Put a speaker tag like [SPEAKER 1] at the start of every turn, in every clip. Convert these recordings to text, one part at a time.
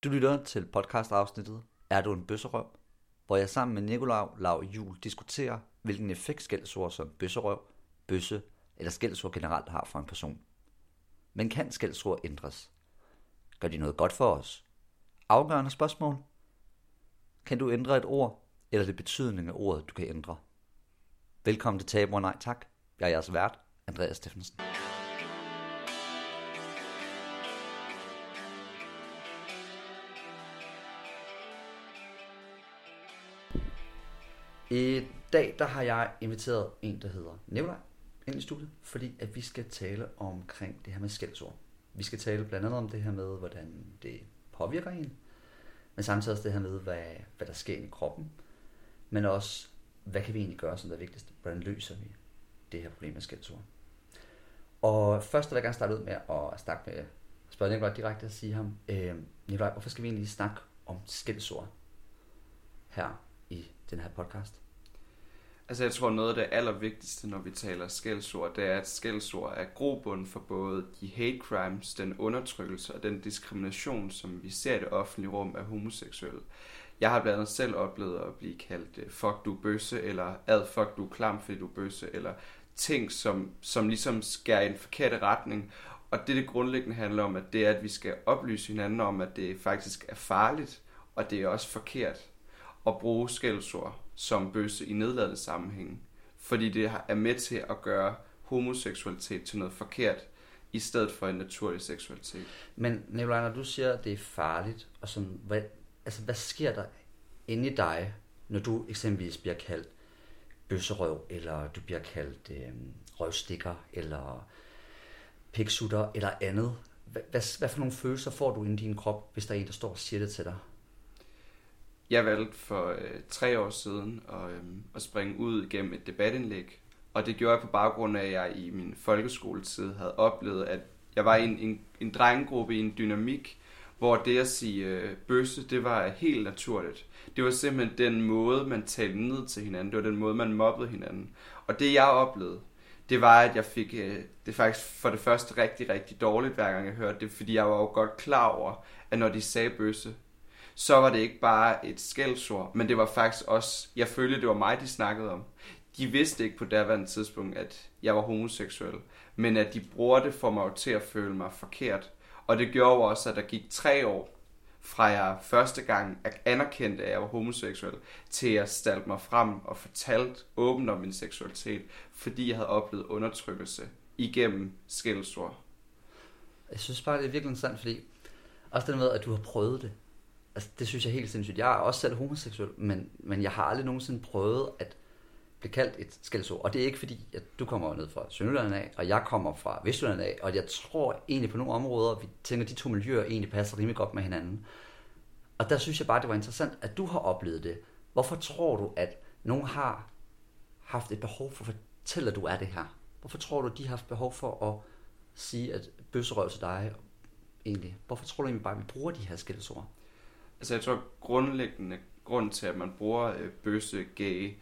[SPEAKER 1] Du lytter til podcastafsnittet Er du en bøsserøv? Hvor jeg sammen med Nicolai Lau Juhl diskuterer, hvilken effekt skældsord som bøsserøv, bøsse eller skældsord generelt har for en person. Men kan skældsord ændres? Gør de noget godt for os? Afgørende spørgsmål. Kan du ændre et ord, eller er det betydningen af ordet, du kan ændre? Velkommen til Tabu og Nej Tak. Jeg er jeres vært, Andreas Steffensen. I dag der har jeg inviteret en, der hedder Nicolai, ind i studiet, fordi at vi skal tale omkring det her med skældsord. Vi skal tale blandt andet om det her med, hvordan det påvirker en, men samtidig også det her med, hvad der sker i kroppen, men også, hvad kan vi egentlig gøre, som er vigtigst? Hvordan løser vi det her problem med skældsord? Og først vil jeg gerne starte ud med at spørge Nicolai direkte og sige ham, Nicolai, hvorfor skal vi egentlig snakke om skældsord her i den her podcast?
[SPEAKER 2] Altså jeg tror noget af det allervigtigste, når vi taler skældsord, det er, at skældsord er grobund for både de hate crimes, den undertrykkelse og den diskrimination, som vi ser i det offentlige rum af homoseksuelle. Jeg har blandt andet selv oplevet at blive kaldt fuck du bøsse, eller ad fuck du klam, fordi du bøsse, eller ting, som ligesom skærer i en forkerte retning. Og det grundlæggende handler om, at det er, at vi skal oplyse hinanden om, at det faktisk er farligt, og det er også forkert at bruge skældsord som bøsse i nedladende sammenhæng, fordi det er med til at gøre homoseksualitet til noget forkert, i stedet for en naturlig seksualitet.
[SPEAKER 1] Men Nicolai, når du siger, at det er farligt, og sådan, hvad sker der inde i dig, når du eksempelvis bliver kaldt bøsserøv, eller du bliver kaldt røvstikker, eller piksutter, eller andet? Hvad for nogle følelser får du inde i din krop, hvis der er en, der står og siger det til dig?
[SPEAKER 2] Jeg valgte for 3 år siden at springe ud gennem et debatindlæg, og det gjorde jeg på baggrund af, at jeg i min folkeskoletid havde oplevet, at jeg var i en drengegruppe i en dynamik, hvor det at sige bøsse, det var helt naturligt. Det var simpelthen den måde, man talte ned til hinanden. Det var den måde, man mobbede hinanden. Og det jeg oplevede, det var, at jeg fik det faktisk for det første rigtig, rigtig dårligt, hver gang jeg hørte det, fordi jeg var jo godt klar over, at når de sagde bøsse, så var det ikke bare et skældsord, men det var faktisk også, jeg følte, det var mig, de snakkede om. De vidste ikke på daværende tidspunkt, at jeg var homoseksuel, men at de bruger det for mig til at føle mig forkert. Og det gjorde også, at der gik 3 år, fra jeg første gang anerkendte, at jeg var homoseksuel, til jeg stalte mig frem og fortalte åbent om min seksualitet, fordi jeg havde oplevet undertrykkelse igennem skældsord.
[SPEAKER 1] Jeg synes bare, det er virkelig interessant, fordi også den med, at du har prøvet det. Altså, det synes jeg er helt sindssygt. Jeg er også selv homoseksuel, men jeg har aldrig nogensinde prøvet at blive kaldt et skældsord. Og det er ikke fordi, at du kommer ned fra Sønderjylland af, og jeg kommer fra Vestjylland af, og jeg tror egentlig på nogle områder, vi tænker, at de 2 miljøer egentlig passer rimelig godt med hinanden. Og der synes jeg bare, det var interessant, at du har oplevet det. Hvorfor tror du, at nogen har haft et behov for at fortælle, at du er det her? Hvorfor tror du, de har haft behov for at sige, at bøsserøv til dig egentlig? Hvorfor tror du egentlig bare, at vi bruger de her skældsord?
[SPEAKER 2] Altså jeg tror grundlæggende grund til, at man bruger bøsse, gay,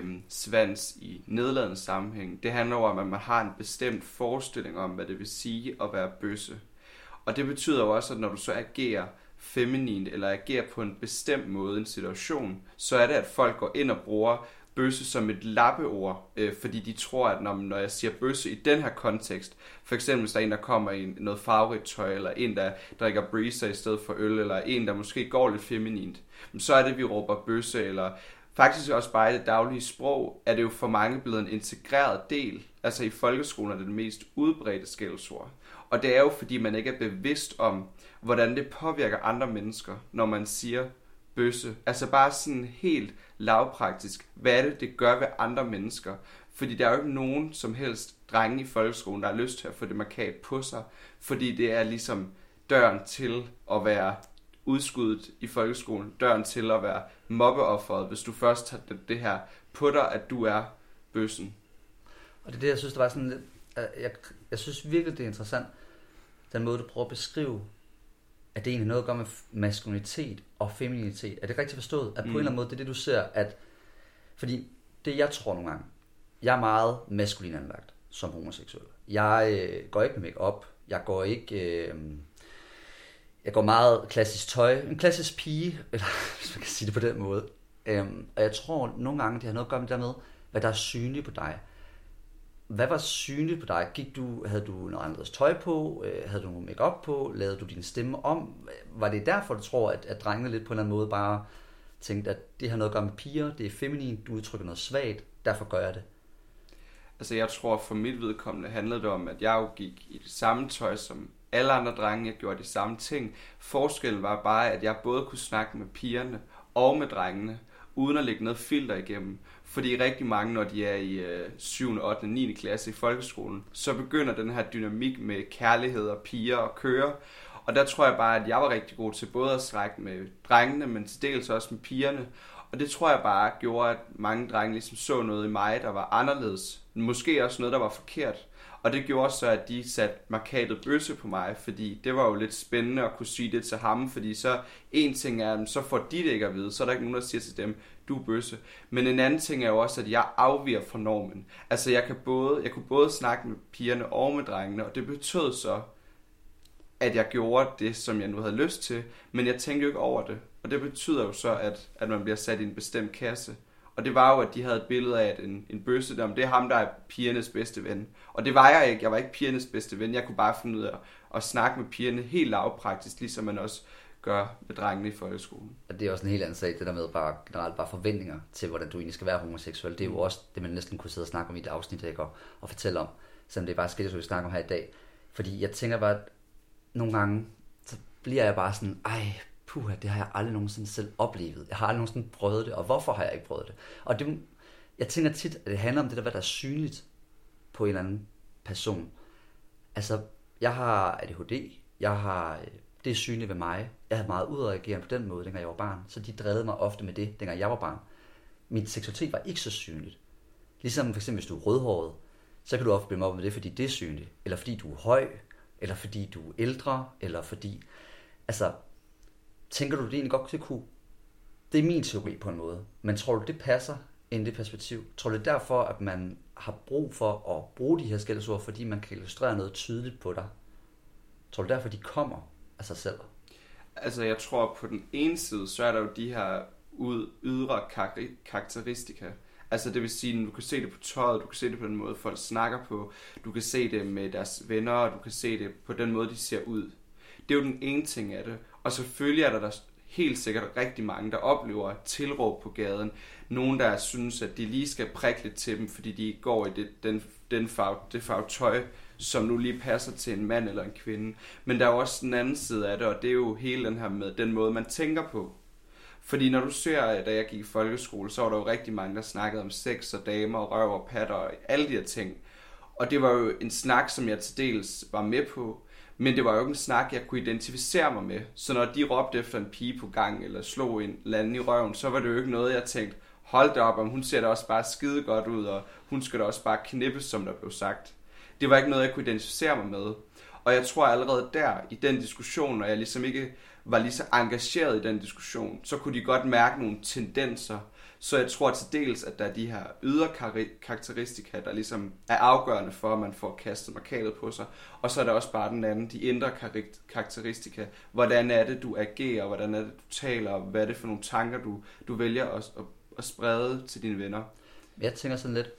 [SPEAKER 2] svans i nedladende sammenhæng, det handler om, at man har en bestemt forestilling om, hvad det vil sige at være bøsse. Og det betyder jo også, at når du så agerer feminint, eller agerer på en bestemt måde i en situation, så er det, at folk går ind og bruger bøsse som et lappeord, fordi de tror, at når jeg siger bøsse i den her kontekst, for eksempel hvis der er en, der kommer i noget farverigt tøj, eller en, der drikker breezer i stedet for øl, eller en, der måske går lidt feminint, så er det, vi råber bøsse, eller faktisk også bare i det daglige sprog, er det jo for mange blevet en integreret del. Altså i folkeskolen er det mest udbredte skældsord. Og det er jo, fordi man ikke er bevidst om, hvordan det påvirker andre mennesker, når man siger bøsse. Altså bare sådan helt lavpraktisk. Hvad er det, det gør ved andre mennesker? Fordi der er jo ikke nogen som helst drenge i folkeskolen, der har lyst til at få det markat på sig. Fordi det er ligesom døren til at være udskuddet i folkeskolen. Døren til at være mobbeofferet, hvis du først tager det her på dig, at du er bøssen.
[SPEAKER 1] Og det er det, jeg synes, der var sådan lidt... Jeg synes virkelig, det er interessant, den måde, du prøver at beskrive, at det egentlig noget at gøre med maskulinitet og feminitet. Er det rigtigt forstået? At på en eller anden måde, det er det, du ser, at... Fordi det, jeg tror nogle gange, jeg er meget maskulin anlagt som homoseksuel. Jeg går ikke med make-up. Jeg går ikke... Jeg går meget klassisk tøj. En klassisk pige, eller hvis man kan sige det på den måde. Og jeg tror nogle gange, det har noget at gøre med det der med, hvad der er synligt på dig. Hvad var synligt på dig? Havde du noget anderledes tøj på? Havde du noget make-up på? Lavede du din stemme om? Var det derfor, du tror, at drengene lidt på en eller anden måde bare tænkte, at det har noget at gøre med piger, det er feminin, du udtrykker noget svagt, derfor gør jeg det?
[SPEAKER 2] Altså jeg tror for mit vedkommende handlede det om, at jeg jo gik i det samme tøj som alle andre drenge, jeg gjorde de samme ting. Forskellen var bare, at jeg både kunne snakke med pigerne og med drengene, uden at lægge noget filter igennem. Fordi rigtig mange, når de er i 7., 8., 9. klasse i folkeskolen, så begynder den her dynamik med kærlighed og piger og køre. Og der tror jeg bare, at jeg var rigtig god til både at snakke med drengene, men til dels også med pigerne. Og det tror jeg bare gjorde, at mange drenge ligesom så noget i mig, der var anderledes. Måske også noget, der var forkert. Og det gjorde så, at de satte markatet bøsse på mig, fordi det var jo lidt spændende at kunne sige det til ham, fordi så en ting er, så får de det ikke at vide, så er der ikke nogen, der siger til dem, du er bøsse. Men en anden ting er jo også, at jeg afviger fra normen. Altså jeg kunne både snakke med pigerne og med drengene, og det betød så, at jeg gjorde det, som jeg nu havde lyst til, men jeg tænkte jo ikke over det. Og det betyder jo så, at man bliver sat i en bestemt kasse. Og det var jo, at de havde et billede af, at en bøsse, det er ham, der er pigernes bedste ven. Og det var jeg ikke. Jeg var ikke pigernes bedste ven. Jeg kunne bare finde ud af at snakke med pigerne helt lavpraktisk, ligesom man også gør med drengene i folkeskolen.
[SPEAKER 1] Og det er også en helt anden sag, det der med generelt bare forventninger til, hvordan du egentlig skal være homoseksuel. Det er jo også det, man næsten kunne sidde og snakke om i et afsnit, ikke? Og fortælle om, selvom det er bare skidt, vi snakker om her i dag. Fordi jeg tænker bare, at nogle gange, så bliver jeg bare sådan, det har jeg aldrig nogensinde selv oplevet. Jeg har aldrig nogensinde prøvet det, og hvorfor har jeg ikke prøvet det? Og det, jeg tænker tit, at det handler om det der, hvad der er synligt på en eller anden person. Altså, jeg har ADHD, det er synligt ved mig. Jeg havde meget udreagerende på den måde, dengang jeg var barn, så de drillede mig ofte med det, dengang jeg var barn. Min seksualitet var ikke så synligt. Ligesom for eksempel, hvis du er rødhåret, så kan du ofte blive mobbet med det, fordi det er synligt. Eller fordi du er høj, eller fordi du er ældre, eller fordi... Altså, tænker du det egentlig godt til kunne? Det er min teori på en måde. Men tror du, det passer ind i det perspektiv? Tror du, det er derfor, at man har brug for at bruge de her skældsord, fordi man kan illustrere noget tydeligt på dig? Tror du derfor, de kommer af sig selv?
[SPEAKER 2] Altså, jeg tror på den ene side, så er der jo de her ydre karakteristika. Altså, det vil sige, at du kan se det på tøjet, du kan se det på den måde, folk snakker på, du kan se det med deres venner, og du kan se det på den måde, de ser ud. Det er jo den ene ting af det. Og selvfølgelig er der helt sikkert rigtig mange, der oplever tilråb på gaden. Nogen, der synes, at de lige skal prikke lidt til dem, fordi de går i det farve tøj, som nu lige passer til en mand eller en kvinde. Men der er også den anden side af det, og det er jo hele den her med den måde, man tænker på. Fordi når du ser, da jeg gik i folkeskole, så var der jo rigtig mange, der snakkede om sex og damer og røv og patter og alle de her ting. Og det var jo en snak, som jeg til dels var med på, men det var jo ikke en snak, jeg kunne identificere mig med. Så når de råbte efter en pige på gang, eller slog en eller anden i røven, så var det jo ikke noget, jeg tænkte, hold da op, om hun ser da også bare skide godt ud, og hun skal da også bare knippes, som der blev sagt. Det var ikke noget, jeg kunne identificere mig med. Og jeg tror allerede der, i den diskussion, når jeg ligesom ikke var lige så engageret i den diskussion, så kunne de godt mærke nogle tendenser. Så jeg tror til dels, at der er de her ydre karakteristika, der ligesom er afgørende for, at man får kastet markadet på sig. Og så er der også bare den anden, de indre karakteristika. Hvordan er det, du agerer, hvordan er det, du taler, hvad er det for nogle tanker, du vælger at sprede til dine venner.
[SPEAKER 1] Jeg tænker sådan lidt,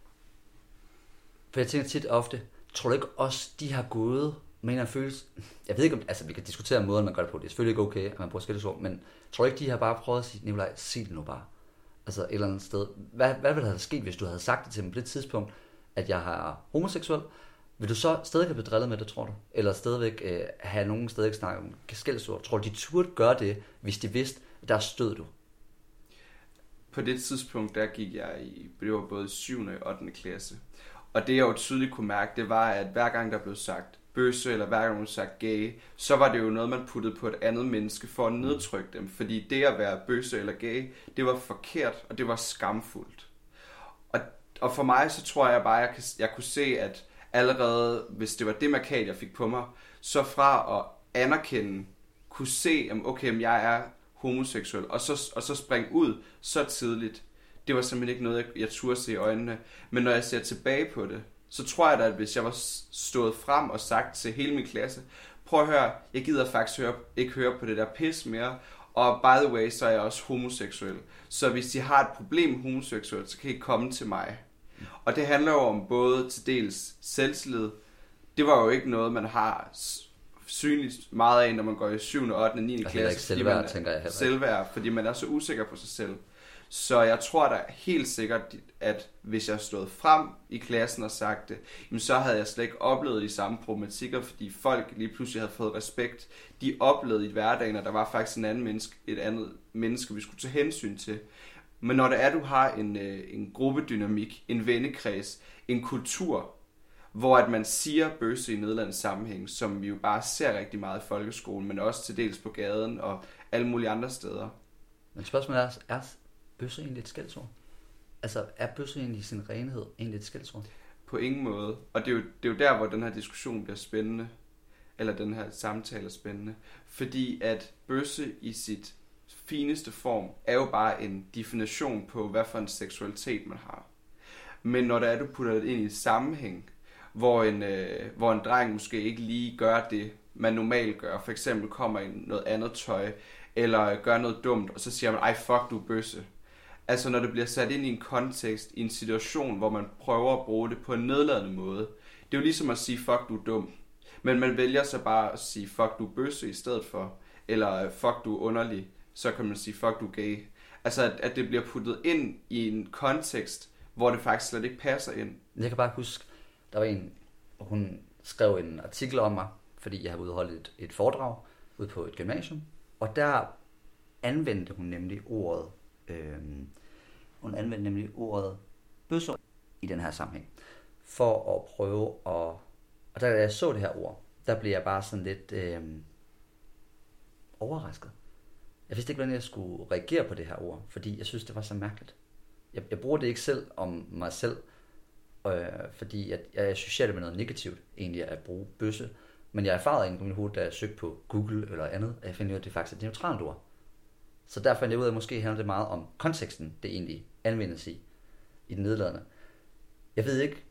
[SPEAKER 1] for jeg tænker tit ofte, tror du ikke også, de har gået med en følelse, jeg ved ikke om, altså vi kan diskutere måden, man gør det på, det er selvfølgelig ikke okay, at man bruger skældsord, men tror du ikke, de har bare prøvet at sige, Nikolaj, sig det nu bare. Altså et eller andet sted. Hvad ville der have sket, hvis du havde sagt det til dem på det tidspunkt, at jeg er homoseksuel? Vil du så stadig have blevet drillet med det, tror du? Eller stadigvæk have nogen stadig snakke om skældsord? Tror du, de turde gøre det, hvis de vidste, at der stod du?
[SPEAKER 2] På det tidspunkt, der gik jeg det var både 7. og 8. klasse. Og det jeg jo tydeligt kunne mærke, det var, at hver gang der blev sagt bøsse, eller hver gang der blev sagt gay, så var det jo noget, man puttede på et andet menneske for at nedtrykke dem. Fordi det at være bøsse eller gay, det var forkert, og det var skamfuldt. Og for mig, så tror jeg bare, at jeg kunne se, at allerede, hvis det var det markat, jeg fik på mig, så fra at anerkende, kunne se, okay, jeg er homoseksuel, og så springe ud så tidligt. Det var simpelthen ikke noget, jeg turde se i øjnene. Men når jeg ser tilbage på det, så tror jeg da, at hvis jeg var stået frem og sagt til hele min klasse, prøv at høre, jeg gider faktisk ikke høre på det der pis mere, og by the way, så er jeg også homoseksuel. Så hvis I har et problem med homoseksuel, så kan I komme til mig. Og det handler jo om både til dels selvtillid. Det var jo ikke noget, man har synligt meget af, når man går i 7., 8., 9. klasse.
[SPEAKER 1] Ikke selvværd, tænker jeg heller.
[SPEAKER 2] Selvværd, fordi man er så usikker på sig selv. Så jeg tror da helt sikkert, at hvis jeg stod frem i klassen og sagt det, jamen så havde jeg slet ikke oplevet de samme problematikker, fordi folk lige pludselig havde fået respekt. De oplevede i hverdagen, at der var faktisk et andet menneske, vi skulle tage hensyn til. Men når det er, du har en gruppedynamik, en vennekreds, en kultur, hvor at man siger bøsse i Nederlands sammenhæng, som vi jo bare ser rigtig meget i folkeskolen, men også til dels på gaden og alle mulige andre steder.
[SPEAKER 1] Men spørgsmålet er bøsse egentlig et skældsord? Altså, er bøsse egentlig i sin renhed egentlig et skældsord?
[SPEAKER 2] På ingen måde. Og det er jo der, hvor den her diskussion bliver spændende. Eller den her samtale er spændende. Fordi at bøsse i sit fineste form er jo bare en definition på, hvad for en seksualitet man har. Men når det er, du putter det ind i et sammenhæng, hvor en dreng måske ikke lige gør det, man normalt gør. For eksempel kommer i noget andet tøj, eller gør noget dumt, og så siger man, ej fuck, du er bøsse. Altså når det bliver sat ind i en kontekst, i en situation, hvor man prøver at bruge det på en nedladende måde. Det er jo ligesom at sige, fuck, du er dum. Men man vælger så bare at sige, fuck, du er bøsse i stedet for. Eller fuck, du er underlig. Så kan man sige, fuck, du er gay. Altså at det bliver puttet ind i en kontekst, hvor det faktisk slet ikke passer ind.
[SPEAKER 1] Jeg kan bare huske, der var en, hun skrev en artikel om mig, fordi jeg havde ude og holde et foredrag ude på et gymnasium. Og der anvendte hun nemlig ordet bøsse i den her sammenhæng. For at prøve at... Og da jeg så det her ord, der blev jeg bare sådan lidt overrasket. Jeg vidste ikke, hvordan jeg skulle reagere på det her ord, fordi jeg synes, det var så mærkeligt. Jeg bruger det ikke selv om mig selv, fordi jeg associerer det med noget negativt, egentlig at bruge bøsse. Men jeg erfarede egentlig på min hoved, da jeg søgte på Google eller andet, at jeg fandt ud af, at det faktisk er et neutralt ord. Så derfor fandt jeg ud af, at måske handler det meget om konteksten, det egentlig anvendes i den nedladende. Jeg ved ikke,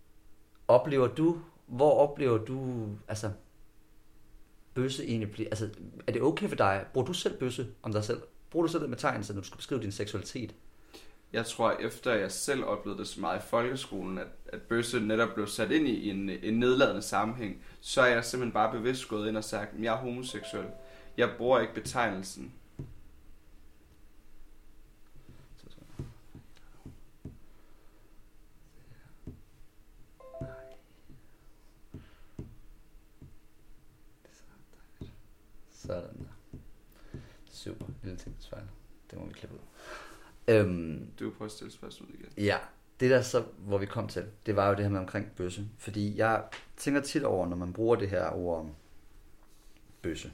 [SPEAKER 1] hvor oplever du, altså, bøsse egentlig, altså, er det okay for dig? Bruger du selv bøsse om dig selv? Bruger du selv det med tegnelse, når du skal beskrive din seksualitet?
[SPEAKER 2] Jeg tror, efter jeg selv oplevede det så meget i folkeskolen, at bøsse netop blev sat ind i en nedladende sammenhæng, så er jeg simpelthen bare bevidst gået ind og sagt, at jeg er homoseksuel. Jeg bruger ikke betegnelsen.
[SPEAKER 1] Sådan der. Super. Lille teknisk fejl. Det må vi klippe ud.
[SPEAKER 2] Du prøver at stille spørgsmål igen.
[SPEAKER 1] Ja, det der så, hvor vi kom til, det var jo det her med omkring bøsse. Fordi jeg tænker tit over, når man bruger det her ord bøsse,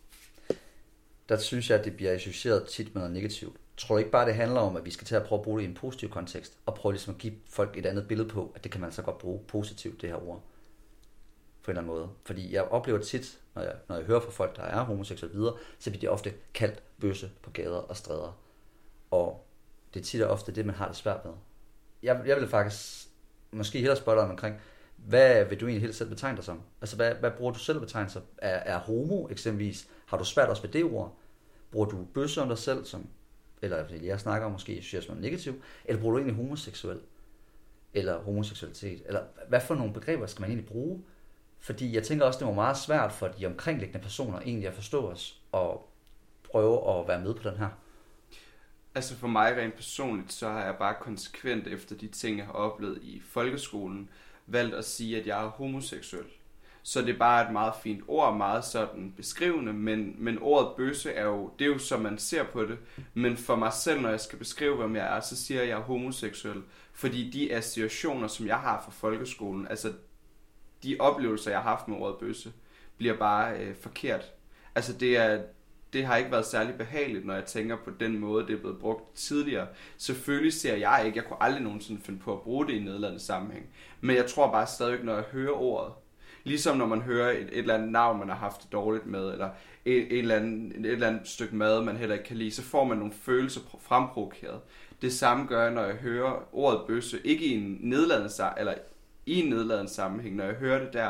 [SPEAKER 1] der synes jeg, at det bliver associeret tit med noget negativt. Tror du ikke bare, det handler om, at vi skal til at prøve at bruge det i en positiv kontekst, og prøve ligesom at give folk et andet billede på, at det kan man så godt bruge positivt, det her ord, på en eller anden måde. Fordi jeg oplever tit, når jeg hører fra folk, der er homoseksuelle videre, så bliver de ofte kaldt bøsse på gader og stræder. Og det er tit og ofte det, man har det svært med. Jeg vil faktisk måske hellere spørge dig omkring, hvad vil du egentlig helt selv betegne dig som? Altså, hvad bruger du selv betegne sig? Er homo eksempelvis? Har du svært også ved det ord? Bruger du bøsse om dig selv som, eller jeg snakker om måske synes som negativ, eller bruger du egentlig homoseksuel? Eller homoseksualitet? Eller hvad for nogle begreber skal man egentlig bruge? Fordi jeg tænker også, det var meget svært for de omkringliggende personer egentlig at forstå os, og prøve at være med på den her.
[SPEAKER 2] Altså for mig rent personligt, så har jeg bare konsekvent efter de ting, jeg har oplevet i folkeskolen, valgt at sige, at jeg er homoseksuel. Så det er bare et meget fint ord, meget sådan beskrivende, men ordet bøsse er jo, det er jo som man ser på det. Men for mig selv, når jeg skal beskrive, hvem jeg er, så siger jeg, at jeg er homoseksuel. Fordi de associationer, som jeg har fra folkeskolen, altså de oplevelser, jeg har haft med ordet bøsse, bliver bare forkert. Altså det har ikke været særlig behageligt, når jeg tænker på den måde, det er blevet brugt tidligere. Selvfølgelig ser jeg kunne aldrig nogensinde finde på at bruge det i en nedladende sammenhæng. Men jeg tror bare stadig, når jeg hører ordet, ligesom når man hører et eller andet navn, man har haft det dårligt med, eller et eller andet stykke mad, man heller ikke kan lide, så får man nogle følelser fremprovokeret. Det samme gør jeg, når jeg hører ordet bøsse, ikke i en nedladende sammenhæng, når jeg hører det der,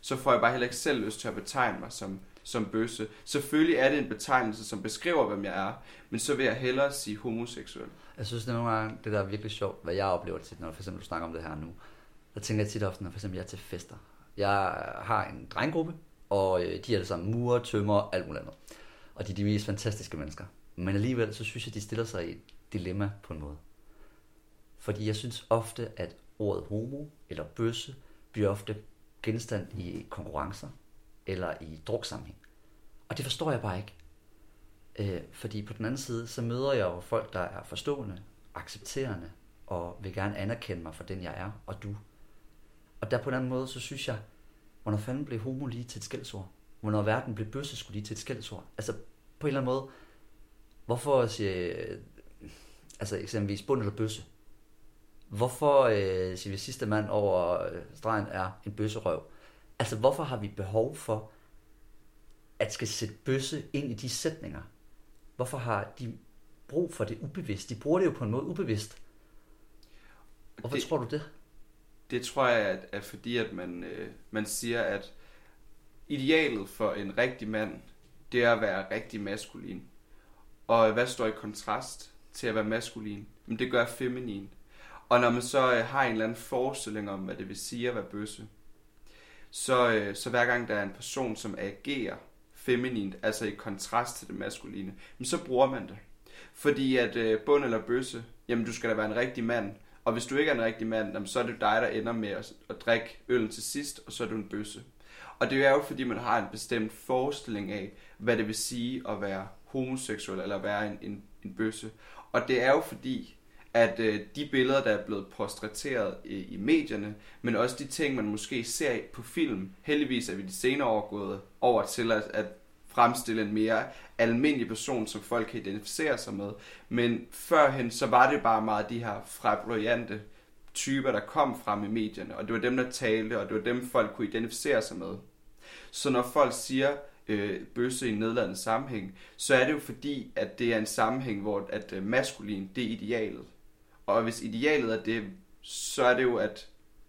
[SPEAKER 2] så får jeg bare heller ikke selv lyst til at betegne mig som bøsse. Selvfølgelig er det en betegnelse, som beskriver, hvem jeg er, men så vil jeg hellere sige homoseksuel.
[SPEAKER 1] Jeg synes, det er nogle gange, det der er virkelig sjovt, hvad jeg oplever tit, når for eksempel du snakker om det her nu. Der tænker jeg tit ofte, når for eksempel jeg er til fester. Jeg har en drengegruppe, og de er alle sammen murer, tømmer, alt muligt andet. Og de er de mest fantastiske mennesker. Men alligevel, så synes jeg, de stiller sig i et dilemma på en måde. Fordi jeg synes ofte, at ordet homo eller bøsse bliver ofte genstand i konkurrencer eller i druksammenhæng. Og det forstår jeg bare ikke. Fordi på den anden side, så møder jeg jo folk, der er forstående, accepterende og vil gerne anerkende mig for den, jeg er, og du. Og der på en anden måde, så synes jeg, hvornår fanden blev homo lige til et skældsord? Hvornår verden blev bøsse skulle lige til et skældsord? Altså på en eller anden måde, hvorfor siger altså eksempelvis bund eller bøsse? Hvorfor siger vi sidste mand over stregen er en bøsserøv? Altså hvorfor har vi behov for at skal sætte bøsse ind i de sætninger? Hvorfor har de brug for det ubevidst? De bruger det jo på en måde ubevidst. Hvorfor tror du det?
[SPEAKER 2] Det tror jeg er fordi, at man siger, at idealet for en rigtig mand, det er at være rigtig maskulin. Og hvad står i kontrast til at være maskulin? Men det gør feminin. Og når man så har en eller anden forestilling om, hvad det vil sige at være bøsse, så hver gang der er en person, som agerer feminint, altså i kontrast til det maskuline, men så bruger man det. Fordi at bund eller bøsse, jamen du skal da være en rigtig mand, og hvis du ikke er en rigtig mand, jamen, så er det dig, der ender med at drikke øllen til sidst, og så er du en bøsse. Og det er jo fordi, man har en bestemt forestilling af, hvad det vil sige at være homoseksuel, eller være en bøsse. Og det er jo fordi, at de billeder, der er blevet portrætteret i medierne, men også de ting, man måske ser på film, heldigvis er vi de senere år gået over til at fremstille en mere almindelig person, som folk kan identificere sig med. Men førhen, så var det bare meget de her flamboyante typer, der kom frem i medierne, og det var dem, der talte, og det var dem, folk kunne identificere sig med. Så når folk siger bøsse i en nedladende sammenhæng, så er det jo fordi, at det er en sammenhæng, hvor at maskulin, det er idealet. Og hvis idealet er det, så er det jo, at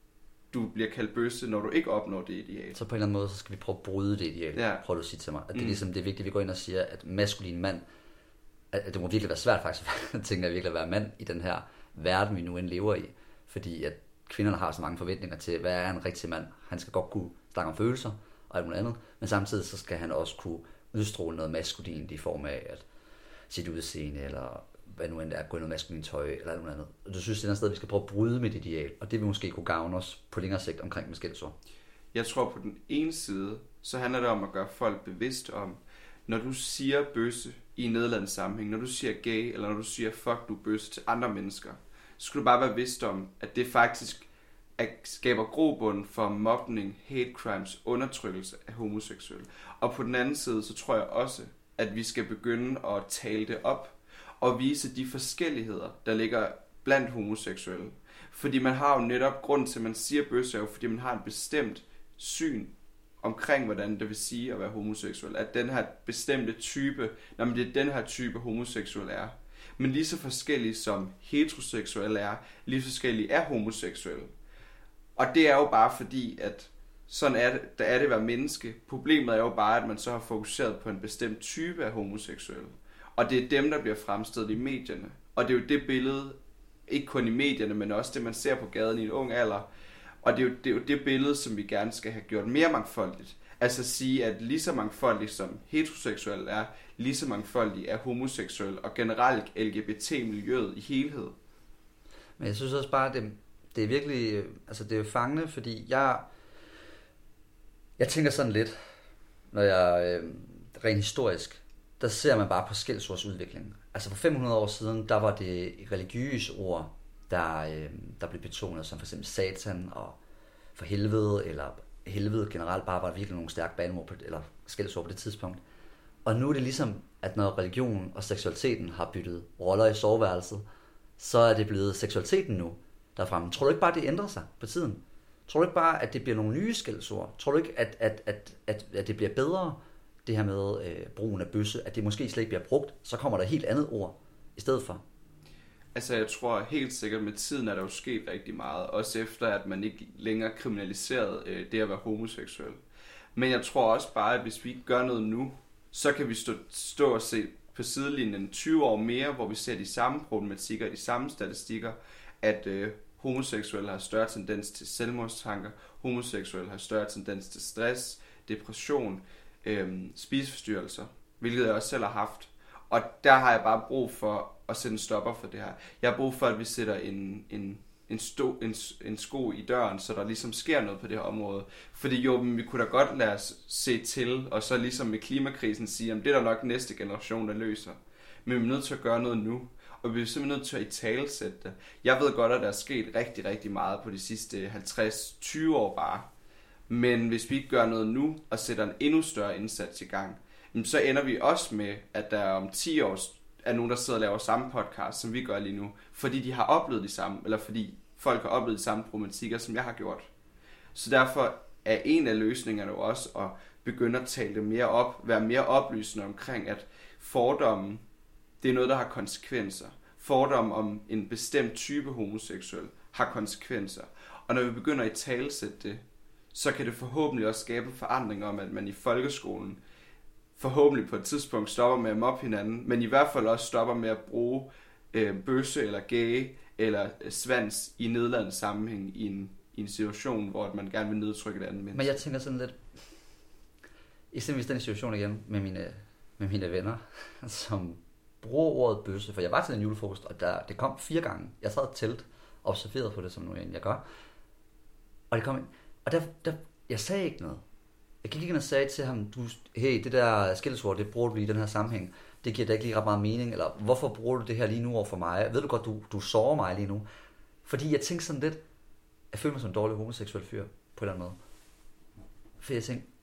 [SPEAKER 2] du bliver kaldt bøsse, når du ikke opnår det ideal.
[SPEAKER 1] Så på en eller anden måde, så skal vi prøve at bryde det ideal. Ja. Prøv at sige til mig. At det er ligesom, det er vigtigt, at vi går ind og siger, at maskulin mand, at det må virkelig være svært faktisk, at tænke at virkelig at være mand i den her verden, vi nu end lever i. Fordi at kvinderne har så mange forventninger til, hvad er en rigtig mand? Han skal godt kunne snakke om følelser og alt muligt andet, men samtidig så skal han også kunne udstråle noget maskulint i form af at sit udseende, eller hvad nu end er, gå i noget maskulint tøj, eller noget andet. Og du synes, det er et sted, vi skal prøve at bryde med det ideal, og det vil måske kunne gavne os på længere sigt omkring med skældsord.
[SPEAKER 2] Jeg tror på den ene side, så handler det om at gøre folk bevidst om, når du siger bøsse i en nedladende sammenhæng, når du siger gay, eller når du siger fuck du bøsse til andre mennesker, så skal du bare være bevidst om, at det faktisk skaber grobund for mobning, hate crimes, undertrykkelse af homoseksuelle. Og på den anden side, så tror jeg også, at vi skal begynde at tale det op, og vise de forskelligheder, der ligger blandt homoseksuelle. Fordi man har jo netop grund til, at man siger bøsse, jo fordi man har en bestemt syn omkring, hvordan det vil sige at være homoseksuel. At den her bestemte type, det er den her type homoseksuel er. Men lige så forskellige som heteroseksuelle er, lige så forskellige er homoseksuelle. Og det er jo bare fordi, at sådan er det, der er det at være menneske. Problemet er jo bare, at man så har fokuseret på en bestemt type af homoseksuelle. Og det er dem, der bliver fremstillet i medierne. Og det er jo det billede, ikke kun i medierne, men også det, man ser på gaden i en ung alder. Og det er jo det billede, som vi gerne skal have gjort mere mangfoldigt. Altså sige, at lige så mangfoldigt som heteroseksuel er, lige så mangfoldigt er homoseksuel og generelt LGBT-miljøet i helhed.
[SPEAKER 1] Men jeg synes også bare, det er virkelig, altså det er jo fangende, fordi jeg tænker sådan lidt, når jeg rent historisk, der ser man bare på skældsords udvikling. Altså for 500 år siden, der var det religiøse ord, der blev betonet, som for eksempel satan og for helvede, eller helvede generelt bare var virkelig nogle stærke bandeord eller skældsord på det tidspunkt. Og nu er det ligesom, at når religion og seksualiteten har byttet roller i soveværelset, så er det blevet seksualiteten nu, der er fremme. Tror du ikke bare, det ændrer sig på tiden? Tror du ikke bare, at det bliver nogle nye skældsord? Tror du ikke, at det bliver bedre, det her med brugen af bøsse, at det måske slet ikke bliver brugt, så kommer der et helt andet ord i stedet for?
[SPEAKER 2] Altså jeg tror helt sikkert med tiden er der jo sket rigtig meget, også efter at man ikke længere kriminaliserede det at være homoseksuel. Men jeg tror også bare, at hvis vi ikke gør noget nu, så kan vi stå og se på sidelinjen 20 år mere, hvor vi ser de samme problematikker, de samme statistikker, at homoseksuelle har større tendens til selvmordstanker, homoseksuelle har større tendens til stress, depression, spiseforstyrrelser, hvilket jeg også selv har haft. Og der har jeg bare brug for at sætte en stopper for det her. Jeg har brug for, at vi sætter en sko i døren, så der ligesom sker noget på det her område. Fordi jo, vi kunne da godt lade os se til, og så ligesom med klimakrisen sige, at det er der nok næste generation, der løser. Men vi er nødt til at gøre noget nu. Og vi er simpelthen nødt til at italesætte det. Jeg ved godt, at der er sket rigtig, rigtig meget på de sidste 50-20 år bare. Men hvis vi ikke gør noget nu, og sætter en endnu større indsats i gang, så ender vi også med, at der om 10 år er nogen, der sidder og laver samme podcast, som vi gør lige nu. Fordi de har oplevet de samme, eller fordi folk har oplevet de samme problematikker, som jeg har gjort. Så derfor er en af løsningerne jo også at begynde at tale det mere op, være mere oplysende omkring, at fordomme, det er noget, der har konsekvenser. Fordomme om en bestemt type homoseksuel har konsekvenser. Og når vi begynder at italesætte det, så kan det forhåbentlig også skabe en forandring om, at man i folkeskolen forhåbentlig på et tidspunkt stopper med at mobbe hinanden, men i hvert fald også stopper med at bruge bøsse eller gay eller svans i nedladende sammenhæng i en situation, hvor man gerne vil nedtrykke et andet menneske.
[SPEAKER 1] Men jeg tænker sådan lidt, eksempelvis den situation igen med mine venner, som bruger ordet bøsse, for jeg var til en julefrokost, og det kom 4 gange. Jeg sad i et telt og observerede på det, som nu jeg gør. Og det kom ind, og der jeg sagde ikke noget. Jeg gik ikke ind og sagde til ham, hey, det der skældsord, det bruger du i den her sammenhæng. Det giver da ikke lige ret meget mening, eller hvorfor bruger du det her lige nu over for mig? Ved du godt, du sårer mig lige nu? Fordi jeg tænkte sådan lidt, jeg føler mig som en dårlig homoseksuel fyr, på en eller anden måde. For jeg tænkte,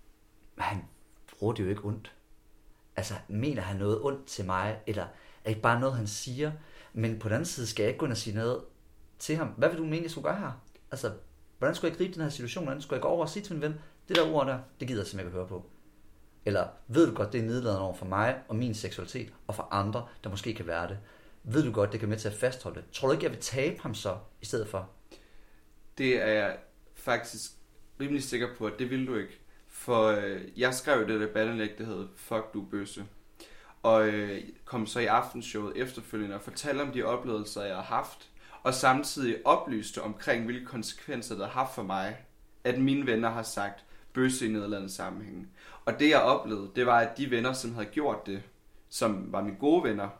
[SPEAKER 1] han bruger det jo ikke ondt. Altså, mener han noget ondt til mig, eller er ikke bare noget, han siger? Men på den anden side skal jeg ikke gå ind og sige noget til ham. Hvad vil du mene, jeg skulle gøre her? Altså, hvordan skulle jeg gribe den her situation? Hvordan skulle jeg gå over og sige til min ven, det der ord der, det gider jeg simpelthen ikke høre på. Eller ved du godt, det er nedladende over for mig og min seksualitet, og for andre, der måske kan være det. Ved du godt, det kan med til at fastholde det. Tror du ikke, jeg vil tabe ham så, i stedet for?
[SPEAKER 2] Det er jeg faktisk rimelig sikker på, at det vil du ikke. For jeg skrev det debatindlæg, der hed Fuck du bøsse. Og kom så i aftenshowet efterfølgende og fortalte om de oplevelser, jeg har haft. Og samtidig oplyste omkring, hvilke konsekvenser det har haft for mig, at mine venner har sagt bøsse i nedladende sammenhænge. Og det jeg oplevede, det var, at de venner, som havde gjort det, som var mine gode venner,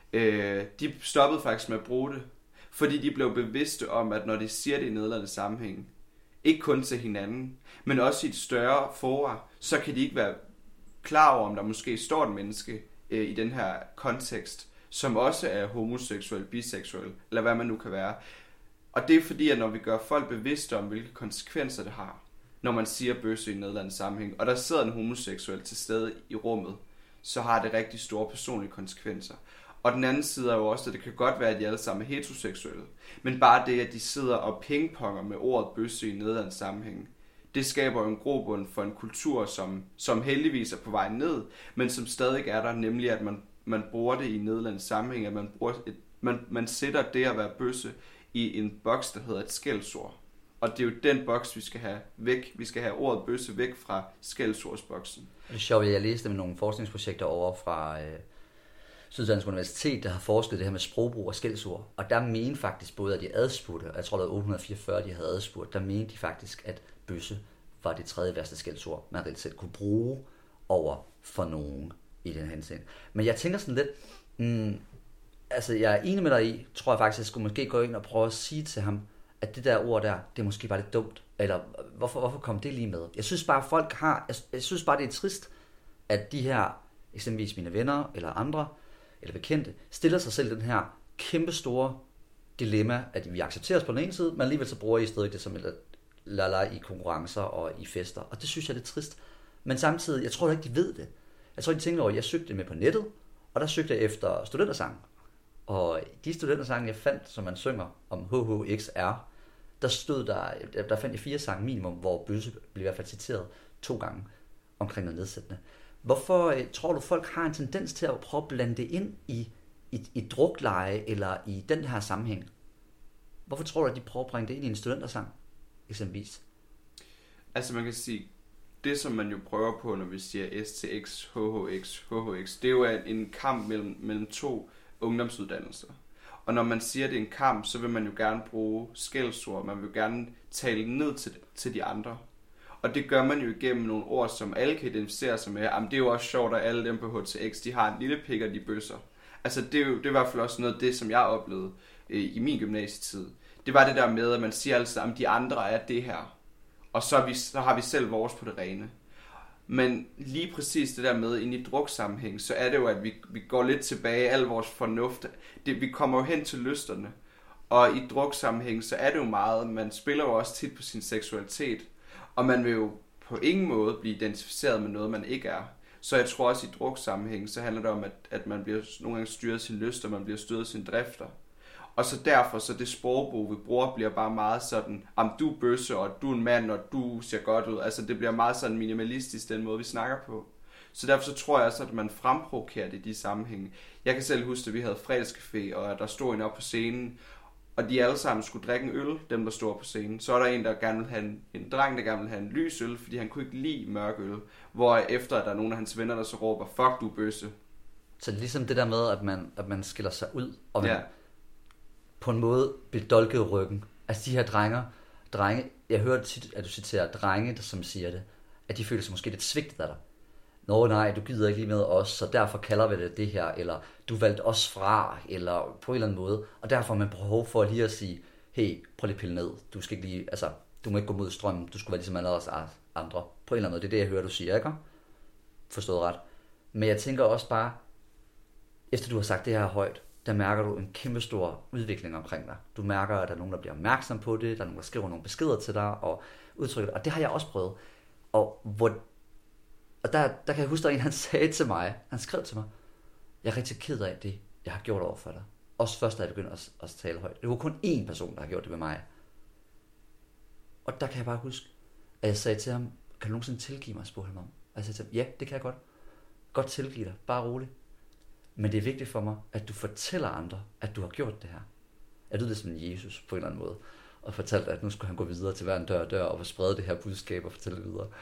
[SPEAKER 2] de stoppede faktisk med at bruge det. Fordi de blev bevidste om, at når de siger det i nedladende sammenhæng, ikke kun til hinanden, men også i et større fora, så kan de ikke være klar over, om der måske står et menneske i den her kontekst, som også er homoseksuel, biseksuel, eller hvad man nu kan være. Og det er fordi, at når vi gør folk bevidste om, hvilke konsekvenser det har, når man siger bøsse i nedladende sammenhæng, og der sidder en homoseksuel til stede i rummet, så har det rigtig store personlige konsekvenser. Og den anden side er jo også, at det kan godt være, at de alle sammen er heteroseksuelle. Men bare det, at de sidder og pingponger med ordet bøsse i nedladende sammenhæng, det skaber jo en grobund for en kultur, som heldigvis er på vej ned, men som stadig er der, nemlig at man bruger det i nedladende sammenhæng, at man sætter det at være bøsse i en boks, der hedder et skældsord. Og det er jo den boks, vi skal have væk. Vi skal have ordet bøsse væk fra skældsordsboksen.
[SPEAKER 1] Det er sjovt, jeg læste med nogle forskningsprojekter over fra Syddansk Universitet, der har forsket det her med sprogbrug og skældsord. Og der mente faktisk både, at de adspurgte, og jeg tror, der var 844, de havde adspurgt, der mente de faktisk, at bøsse var det 3. værste skældsord, man reelt set kunne bruge over for nogen i den henseende. Men jeg tænker sådan lidt, altså jeg er enig med dig i, tror jeg faktisk, at jeg skulle måske gå ind og prøve at sige til ham, at det der ord der, det er måske bare lidt dumt. Eller hvorfor kom det lige med? Jeg synes bare, folk har, jeg synes bare, det er trist, at de her, eksempelvis mine venner eller andre, eller bekendte, stiller sig selv den her kæmpe store dilemma, at vi accepterer os på den ene side, men alligevel så bruger I stadig det som et lala i konkurrencer og i fester. Og det synes jeg er lidt trist. Men samtidig, jeg tror ikke, de ved det. Jeg tror, de tænker over, at jeg søgte med på nettet, og der søgte jeg efter studentersang. Og de studentersange, jeg fandt, som man synger om HHXR, der fandt jeg 4 sange minimum, hvor bøsse blev i hvert fald citeret 2 gange omkring noget nedsættende. Hvorfor tror du, folk har en tendens til at prøve at blande det ind i i drukleje eller i den her sammenhæng. Hvorfor tror du, at de prøver at bringe det ind i en studentersang, eksempelvis?
[SPEAKER 2] Altså man kan sige, det som man jo prøver på, når vi siger STX, HHX, det er jo en kamp mellem to ungdomsuddannelser. Og når man siger, at det er en kamp, så vil man jo gerne bruge skældsord, man vil gerne tale ned til de andre. Og det gør man jo igennem nogle ord, som alle kan identificere sig med. Jamen, det er jo også sjovt, at alle dem på HTX, de har en lille pik, og de bøsser. Altså, det er i hvert fald også noget af det, som jeg oplevede i min gymnasietid. Det var det der med, at man siger altid, at de andre er det her. Og så har vi selv vores på det rene. Men lige præcis det der med, ind i druksammenhæng, så er det jo, at vi går lidt tilbage, al vores fornuft. Vi kommer jo hen til lysterne. Og i druksammenhæng, så er det jo meget, man spiller jo også tit på sin seksualitet. Og man vil jo på ingen måde blive identificeret med noget, man ikke er. Så jeg tror også i druksammenhæng, så handler det om, at man bliver nogle gange styret sin lyst, og man bliver styret sin drifter. Og så derfor, så det sprogbrug, vi bruger, bliver bare meget sådan, du er bøsse, og du er en mand, og du ser godt ud. Altså det bliver meget sådan minimalistisk, den måde, vi snakker på. Så derfor så tror jeg også, at man fremprovokerer det i de sammenhænge. Jeg kan selv huske, at vi havde fredagscafé, og der stod en op på scenen, og de alle sammen skulle drikke en øl, dem der stod på scenen. Så er der en, der gerne vil have en dreng, der gerne vil have en lys øl, fordi han kunne ikke lide mørk øl. Hvor efter at der er nogen af hans venner, der så råber, fuck du bøsse.
[SPEAKER 1] Så det er ligesom det der med, at man skiller sig ud, og man på en måde bliver dolket i ryggen. Altså de her drenge, jeg hører tit, at du citerer drenge, der som siger det, at de føler sig måske lidt svigtet af dig. Nå nej, du gider ikke lige med os, så derfor kalder vi det her, eller du valgte os fra, eller på en eller anden måde. Og derfor har man behov for lige at sige, hey, prøv lige at pille ned. Du skal ikke lige, altså, du må ikke gå mod strømmen, du skulle være ligesom alle os andre. På en eller anden måde, det er det, jeg hører, du siger, ikke? Forstået ret. Men jeg tænker også bare, efter du har sagt det her højt, der mærker du en kæmpe stor udvikling omkring dig. Du mærker, at der er nogen, der bliver opmærksom på det, der er nogen, der skriver nogle beskeder til dig, og udtrykker det. Og det har jeg også prøvet. Og der kan jeg huske, at han sagde til mig, han skrev til mig, jeg er rigtig ked af det, jeg har gjort over for dig. Også først, da jeg begyndte at tale højt. Det var kun én person, der har gjort det med mig. Og der kan jeg bare huske, at jeg sagde til ham, kan du nogensinde tilgive mig, spurgte han om. Og jeg sagde til ham, ja, det kan jeg godt. Godt tilgive dig, bare roligt. Men det er vigtigt for mig, at du fortæller andre, at du har gjort det her. Jeg lyder det som Jesus på en eller anden måde. Og fortalte, at nu skulle han gå videre til hver en dør og sprede det her budskab og fortælle det videre.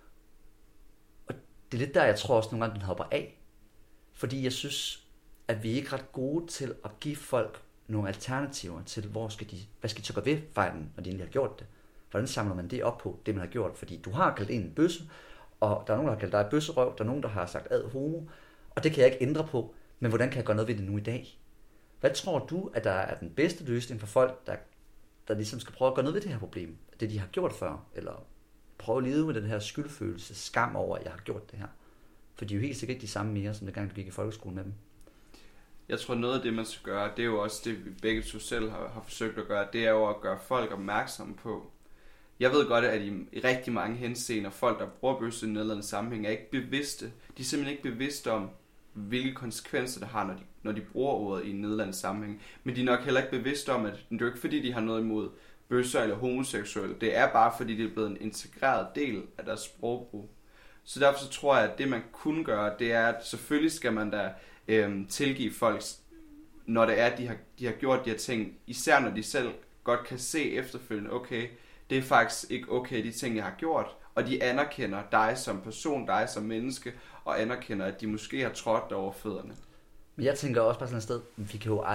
[SPEAKER 1] Det er lidt der, jeg tror også nogle gange, den hopper af. Fordi jeg synes, at vi er ikke ret gode til at give folk nogle alternativer til, hvad skal de så gøre ved fejlen, når de egentlig har gjort det. Hvordan samler man det op på, det man har gjort? Fordi du har kaldt en bøsse, og der er nogen, der har kaldt dig bøsserøv, der er nogen, der har sagt ad homo, og det kan jeg ikke ændre på. Men hvordan kan jeg gøre noget ved det nu i dag? Hvad tror du, at der er den bedste løsning for folk, der ligesom skal prøve at gøre noget ved det her problem? Det de har gjort før, eller prøve at leve med den her skyldfølelse, skam over, at jeg har gjort det her. For de er jo helt sikkert ikke de samme mere, som det gang du gik i folkeskolen med dem.
[SPEAKER 2] Jeg tror noget af det, man skal gøre, det er jo også det, vi begge to selv har forsøgt at gøre, det er jo at gøre folk opmærksomme på. Jeg ved godt, at i rigtig mange henseender, folk, der bruger bøsse i nedladende sammenhæng, er ikke bevidste. De er simpelthen ikke bevidste om, hvilke konsekvenser det har, når de bruger ordet i en nedladende sammenhæng. Men de er nok heller ikke bevidste om, at det er jo ikke fordi, de har noget imod bøsser eller homoseksuelle. Det er bare fordi, det er blevet en integreret del af deres sprogbrug. Så derfor så tror jeg, at det man kunne gøre, det er, at selvfølgelig skal man da tilgive folk, når det er, de har gjort de her ting. Især når de selv godt kan se efterfølgende, okay, det er faktisk ikke okay, de ting, jeg har gjort. Og de anerkender dig som person, dig som menneske, og anerkender, at de måske har trådt dig over fødderne.
[SPEAKER 1] Men jeg tænker også bare sådan et sted, vi kan jo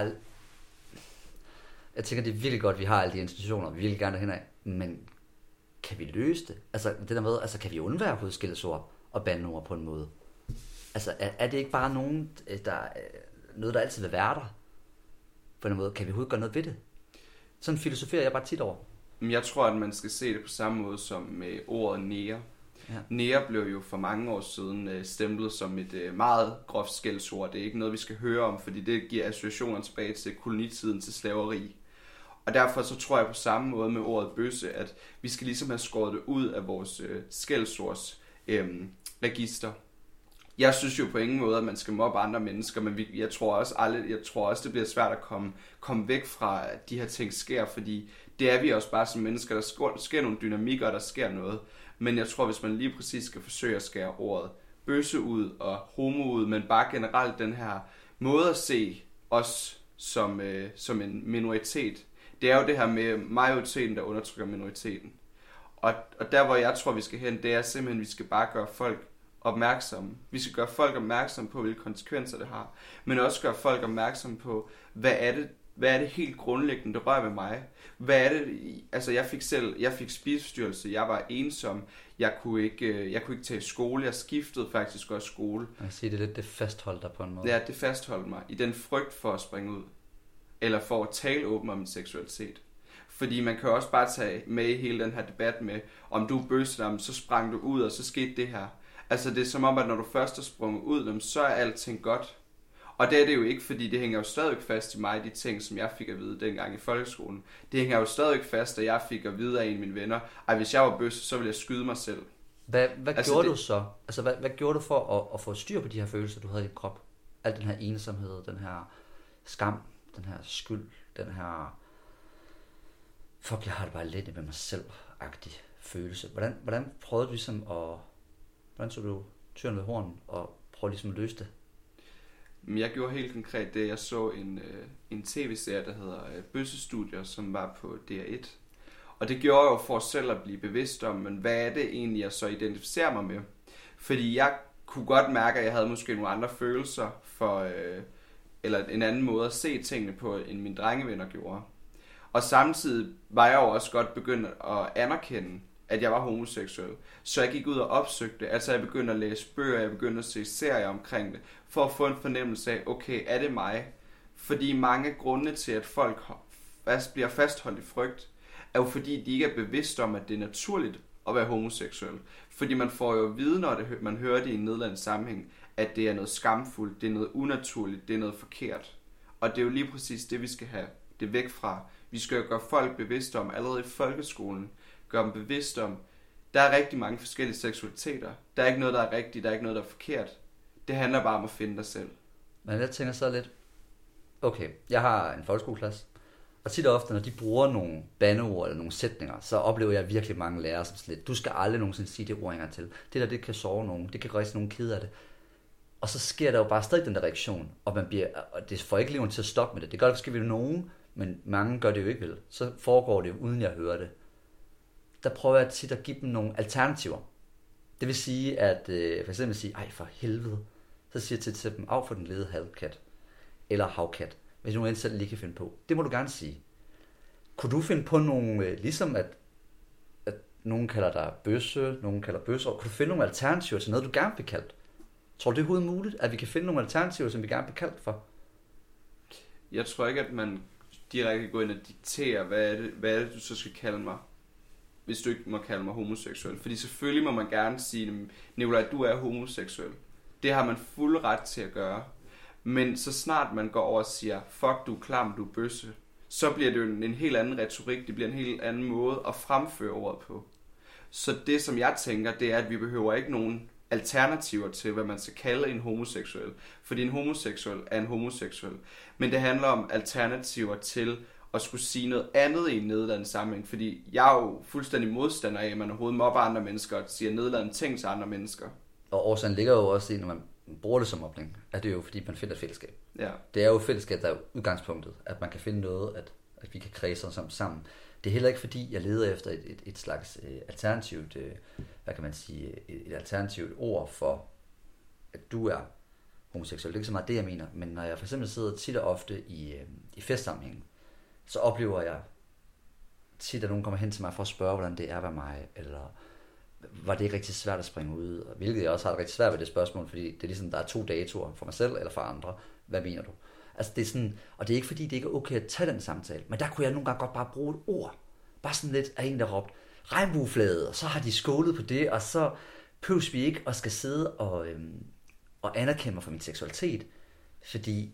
[SPEAKER 1] jeg tænker, det er virkelig godt, at vi har alle de institutioner, vi vil gerne derhen af, men kan vi løse det? Altså det der med, altså kan vi undvære på skældsord og bandeord på en måde? Altså er det ikke bare noget, der altid vil være der? På en måde, kan vi overhovedet gøre noget ved det? Sådan filosoferer jeg bare tit over.
[SPEAKER 2] Jeg tror, at man skal se det på samme måde som med ordet nære. Ja. Nære blev jo for mange år siden stemplet som et meget groft skældsord. Det er ikke noget, vi skal høre om, fordi det giver associationer tilbage til kolonitiden, til slaveri. Og derfor så tror jeg på samme måde med ordet bøsse, at vi skal ligesom have skåret det ud af vores skældsords register. Jeg synes jo på ingen måde, at man skal mobbe andre mennesker, men jeg tror også, det bliver svært at komme væk fra, at de her ting sker, fordi det er vi også bare som mennesker. Der sker nogle dynamikker, og der sker noget. Men jeg tror, hvis man lige præcis skal forsøge at skære ordet bøsse ud og homo ud, men bare generelt den her måde at se os som en minoritet. Det er jo det her med majoriteten, der undertrykker minoriteten. Og der, hvor jeg tror, vi skal hen, det er simpelthen, at vi skal bare gøre folk opmærksomme. Vi skal gøre folk opmærksomme på, hvilke konsekvenser det har. Men også gøre folk opmærksomme på, hvad er det helt grundlæggende, der rører ved mig? Hvad er det? Altså, jeg fik spiseforstyrrelse. Jeg var ensom. Jeg kunne ikke tage i skole. Jeg skiftede faktisk også skole.
[SPEAKER 1] Jeg kan sige, det er lidt, det fastholdt dig på en måde.
[SPEAKER 2] Ja, det fastholdt mig i den frygt for at springe ud. Eller for at tale åbent om min seksualitet. Fordi man kan også bare tage med i hele den her debat med, om du er bøsse, så sprang du ud, og så skete det her. Altså, det er som om, at når du først er sprunget ud, så er alting godt. Og det er det jo ikke, fordi det hænger jo stadig fast i mig, de ting, som jeg fik at vide dengang i folkeskolen. Det hænger jo stadig fast, at jeg fik at vide af en af mine venner, hvis jeg var bøsse, så ville jeg skyde mig selv.
[SPEAKER 1] Hvad gjorde du så? Altså, hvad gjorde du for at få styr på de her følelser, du havde i din krop? Al den her ensomhed, den her skam, den her skyld, den her fuck, jeg har det bare lidt med mig selv-agtig følelse. Hvordan prøvede du ligesom hvordan så du tyren ved hornen og prøvede ligesom at løse det?
[SPEAKER 2] Jeg gjorde helt konkret det. Jeg så en tv-serie, der hedder Bøssestudier, som var på DR1. Og det gjorde jeg jo for selv at blive bevidst om, men hvad er det egentlig, jeg så identificerer mig med? Fordi jeg kunne godt mærke, at jeg havde måske nogle andre følelser eller en anden måde at se tingene på, end mine drengevenner gjorde. Og samtidig var jeg jo også godt begyndt at anerkende, at jeg var homoseksuel. Så jeg gik ud og opsøgte, altså jeg begyndte at læse bøger, jeg begyndte at se serier omkring det, for at få en fornemmelse af, okay, er det mig? Fordi mange grunde til, at folk bliver fastholdt i frygt, er jo fordi, de ikke er bevidste om, at det er naturligt at være homoseksuel. Fordi man får jo at vide, når man hører det i en nedladende sammenhæng, at det er noget skamfuldt, det er noget unaturligt, det er noget forkert. Og det er jo lige præcis det, vi skal have det væk fra. Vi skal jo gøre folk bevidste om, allerede i folkeskolen, gøre dem bevidste om, der er rigtig mange forskellige seksualiteter. Der er ikke noget, der er rigtigt, der er ikke noget, der er forkert. Det handler bare om at finde dig selv.
[SPEAKER 1] Men jeg tænker så lidt, okay, jeg har en folkeskoleklasse, og tit og ofte, når de bruger nogle bandeord eller nogle sætninger, så oplever jeg virkelig mange lærere som sådan lidt, du skal aldrig nogensinde sige det ord engang til. Det der, det kan såre nogen, det kan rejse nogen ked af det. Og så sker der jo bare stadig den der reaktion, og det får ikke eleverne til at stoppe med det. Det gør det forskelligt ved nogen, men mange gør det jo ikke vel. Så foregår det jo, uden jeg hører det. Der prøver jeg tit at give dem nogle alternativer. Det vil sige, at for eksempel sige, ej for helvede, så siger jeg til dem, af for den lede halvkat, eller havkat, hvis nogen selv lige kan finde på. Det må du gerne sige. Kunne du finde på nogle, ligesom at nogen kalder dig bøsse, nogen kalder bøsser, kunne du finde nogle alternativer til noget, du gerne vil kaldt? Tror du, det er overhovedet muligt, at vi kan finde nogle alternativer, som vi gerne vil kaldt for?
[SPEAKER 2] Jeg tror ikke, at man direkte går ind og dikterer, hvad er det, du så skal kalde mig, hvis du ikke må kalde mig homoseksuel. Fordi selvfølgelig må man gerne sige, Nikolaj, du er homoseksuel. Det har man fuld ret til at gøre. Men så snart man går over og siger, fuck, du er klam, du er bøsse, så bliver det jo en helt anden retorik, det bliver en helt anden måde at fremføre ordet på. Så det, som jeg tænker, det er, at vi behøver ikke nogen alternativer til, hvad man skal kalde en homoseksuel. Fordi en homoseksuel er en homoseksuel. Men det handler om alternativer til at skulle sige noget andet i en nedladende sammenhæng. Fordi jeg er jo fuldstændig modstander af, at man overhovedet mobber andre mennesker og siger nedladende ting til andre mennesker.
[SPEAKER 1] Og årsagen ligger jo også i, når man bruger det som mobning, at det er jo fordi, man finder et fællesskab.
[SPEAKER 2] Ja.
[SPEAKER 1] Det er jo fællesskab, der er udgangspunktet, at man kan finde noget, at vi kan kredse os sammen. Det er heller ikke fordi, jeg leder efter et slags alternativt, hvad kan man sige, et alternativt ord for, at du er homoseksuel. Det er ikke så meget det, jeg mener, men når jeg for eksempel sidder tit og ofte i festsammenhængen, så oplever jeg tit, at nogen kommer hen til mig for at spørge, hvordan det er ved mig, eller var det ikke rigtig svært at springe ud, hvilket jeg også har det rigtig svært ved det spørgsmål, fordi det er ligesom, der er 2 datoer for mig selv eller for andre. Hvad mener du? Altså det er sådan, og det er ikke fordi, det ikke er okay at tage den samtale, men der kunne jeg nogle gange godt bare bruge et ord. Bare sådan lidt af en, der råbte regnbueflaget, og så har de skålet på det, og så pøves vi ikke og skal sidde og anerkende mig for min seksualitet. Fordi,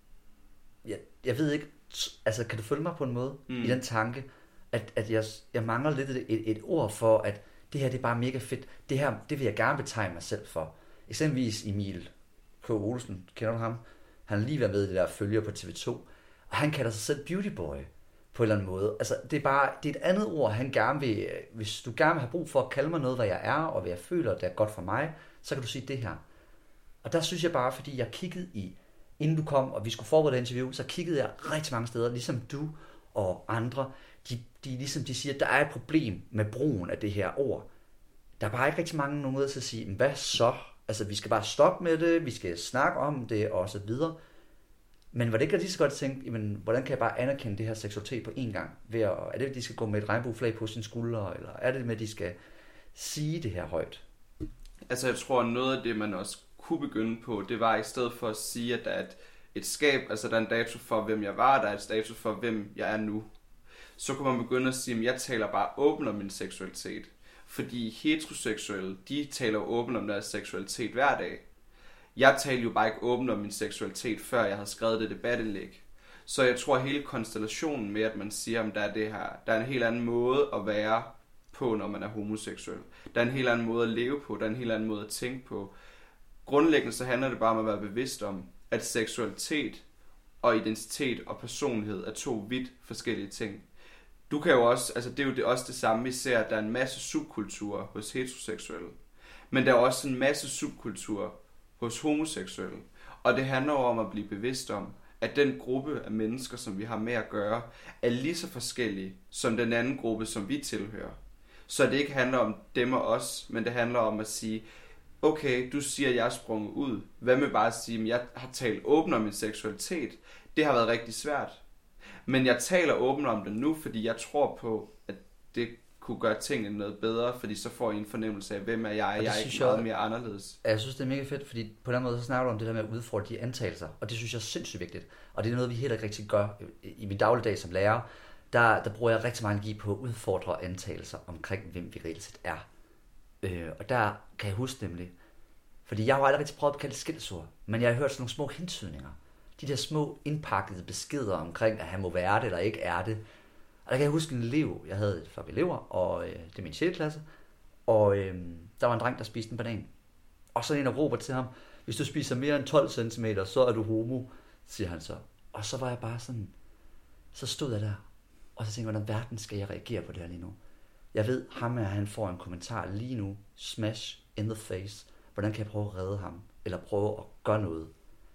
[SPEAKER 1] jeg ved ikke, altså kan du følge mig på en måde i den tanke, at jeg mangler lidt et ord for, at det her det er bare mega fedt. Det her, det vil jeg gerne betegne mig selv for. Eksempelvis Emil K. Olsen, kender du ham? Han har lige været med i det der følger på TV2, og han kalder sig selv Beauty Boy på en eller anden måde. Altså, det er et andet ord, han gerne vil, hvis du gerne vil have brug for at kalde mig noget, hvad jeg er, og hvad jeg føler, det er godt for mig, så kan du sige det her. Og der synes jeg bare, fordi jeg kiggede i inden du kom, og vi skulle forberede interview, så kiggede jeg rigtig mange steder, ligesom du og andre, de siger, at der er et problem med brugen af det her ord. Der er bare ikke rigtig mange nogen ud til at sige, hvad så? Altså, vi skal bare stoppe med det, vi skal snakke om det, og så videre. Men var det ikke lige så godt at tænke, jamen, hvordan kan jeg bare anerkende det her seksualitet på én gang? Er det, at de skal gå med et regnbueflag på sin skulder, eller er det med, at de skal sige det her højt?
[SPEAKER 2] Altså, jeg tror, noget af det, man også kunne begynde på, det var i stedet for at sige, at der er et skab, altså der er en dato for, hvem jeg var, der er et dato for, hvem jeg er nu. Så kunne man begynde at sige, at jeg taler bare åbent om min seksualitet. Fordi heteroseksuelle, de taler jo åbent om deres seksualitet hver dag. Jeg talte jo bare ikke åbent om min seksualitet, før jeg havde skrevet det debatindlæg. Så jeg tror, hele konstellationen med, at man siger, at der er det her, der er en helt anden måde at være på, når man er homoseksuel. Der er en helt anden måde at leve på, der er en helt anden måde at tænke på. Grundlæggende så handler det bare om at være bevidst om, at seksualitet og identitet og personlighed er to vidt forskellige ting. Du kan jo også, altså det er jo også det samme, vi ser, at der er en masse subkulturer hos heteroseksuelle. Men der er også en masse subkulturer hos homoseksuelle. Og det handler om at blive bevidst om, at den gruppe af mennesker, som vi har med at gøre, er lige så forskellige som den anden gruppe, som vi tilhører. Så det ikke handler om dem og os, men det handler om at sige, okay, du siger, at jeg er sprunget ud. Hvad med bare at sige, at jeg har talt åbent om min seksualitet? Det har været rigtig svært. Men jeg taler åbent om det nu, fordi jeg tror på, at det kunne gøre tingene noget bedre, fordi så får I en fornemmelse af, hvem er jeg, jeg er ikke meget mere anderledes.
[SPEAKER 1] Jeg synes, det er mega fedt, fordi på den måde så snakker du om det der med at udfordre de antagelser, og det synes jeg er sindssygt vigtigt. Og det er noget, vi heller ikke rigtig gør i min dagligdag som lærer. Der bruger jeg rigtig meget energi på at udfordre antagelser omkring, hvem vi reelt set er. Og der kan jeg huske nemlig, fordi jeg har jo aldrig rigtig prøvet at kalde det skældsord, men jeg har hørt sådan nogle små hentydninger. De der små indpakkede beskeder omkring, at han må være det eller ikke er det. Og der kan jeg huske en elev, jeg havde et flok elever, og det er min 6. klasse, og der var en dreng, der spiste en banan. Og så en af råber til ham, hvis du spiser mere end 12 cm, så er du homo, siger han så. Og så var jeg bare sådan, så stod jeg der, og så tænkte jeg, hvordan verden skal jeg reagere på det her lige nu? Jeg ved, han får en kommentar lige nu, smash in the face. Hvordan kan jeg prøve at redde ham, eller prøve at gøre noget?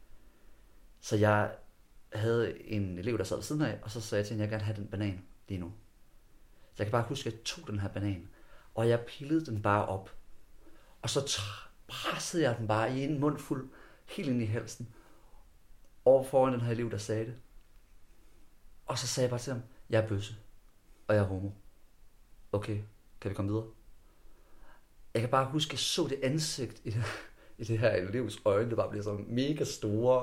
[SPEAKER 1] Så jeg havde en elev, der sad ved siden af, og så sagde jeg til hende, jeg gerne have den banan lige nu. Så jeg kan bare huske, at jeg tog den her banan, og jeg pillede den bare op. Og så pressede jeg den bare i en mundfuld, helt ind i halsen, over foran den her elev, der sagde det. Og så sagde jeg bare til ham, jeg er bøsse, og jeg er homo. Okay, kan vi komme videre? Jeg kan bare huske, at jeg så det ansigt i det her elevs øjne, det bare blev så mega store,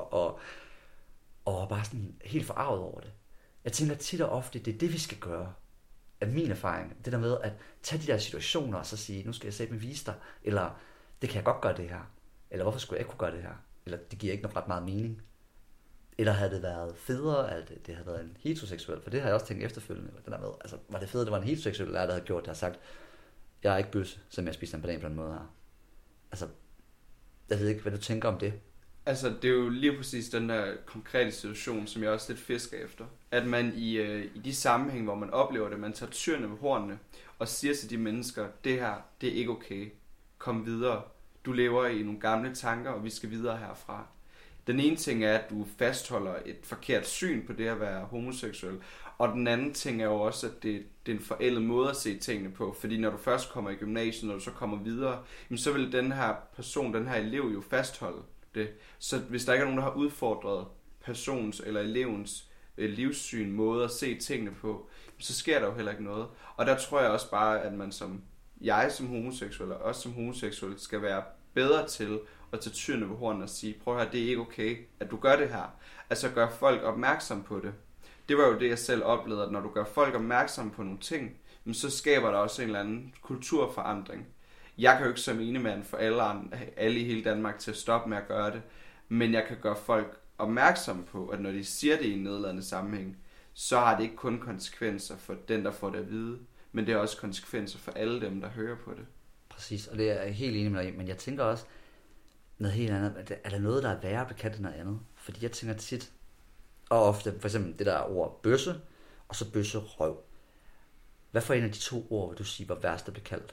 [SPEAKER 1] og bare sådan helt forarvet over det. Jeg tænker tit og ofte, det er det, vi skal gøre. Af min erfaring. Det der med at tage de der situationer og så sige, nu skal jeg sætte mig vise dig. Eller, det kan jeg godt gøre det her. Eller, hvorfor skulle jeg ikke kunne gøre det her? Eller, det giver ikke nok ret meget mening. Eller havde det været federe, at det havde været en heteroseksuel? For det har jeg også tænkt efterfølgende. Den der med, altså, var det federe, at det var en heteroseksuel lærer, der havde gjort det, der har sagt, jeg er ikke bøsse, som jeg spiser en banan på den måde her. Altså, jeg ved ikke, hvad du tænker om det.
[SPEAKER 2] Altså, det er jo lige præcis den der konkrete situation, som jeg også lidt fisker efter. At man i de sammenhæng, hvor man oplever det, man tager tyrene ved hornene og siger til de mennesker, det her, det er ikke okay. Kom videre. Du lever i nogle gamle tanker, og vi skal videre herfra. Den ene ting er, at du fastholder et forkert syn på det at være homoseksuel. Og den anden ting er jo også, at det er en forældet måde at se tingene på. Fordi når du først kommer i gymnasiet, når du så kommer videre, så vil den her person, den her elev jo fastholde det. Så hvis der ikke er nogen, der har udfordret personens eller elevens livssyn, måde at se tingene på, så sker der jo heller ikke noget. Og der tror jeg også bare, at man som homoseksuel og også som homoseksuel skal være bedre til at tage tyrene ved hornene og sige, prøv at høre, det er ikke okay, at du gør det her. Altså gør folk opmærksom på det. Det var jo det, jeg selv oplevede, at når du gør folk opmærksom på nogle ting, så skaber der også en eller anden kulturforandring. Jeg kan jo ikke som enemand for alle i hele Danmark til at stoppe med at gøre det, men jeg kan gøre folk opmærksom på, at når de siger det i en nedladende sammenhæng, så har det ikke kun konsekvenser for den, der får det at vide, men det har også konsekvenser for alle dem, der hører på det.
[SPEAKER 1] Præcis, og det er jeg helt enig med dig i, men jeg tænker også noget helt andet. Er der noget, der er værre at blive kaldt end noget andet? Fordi jeg tænker tit, og ofte, for eksempel det der ord bøsse, og så bøsse røv. Hvad for en af de to ord vil du sige var værst at blive kaldt?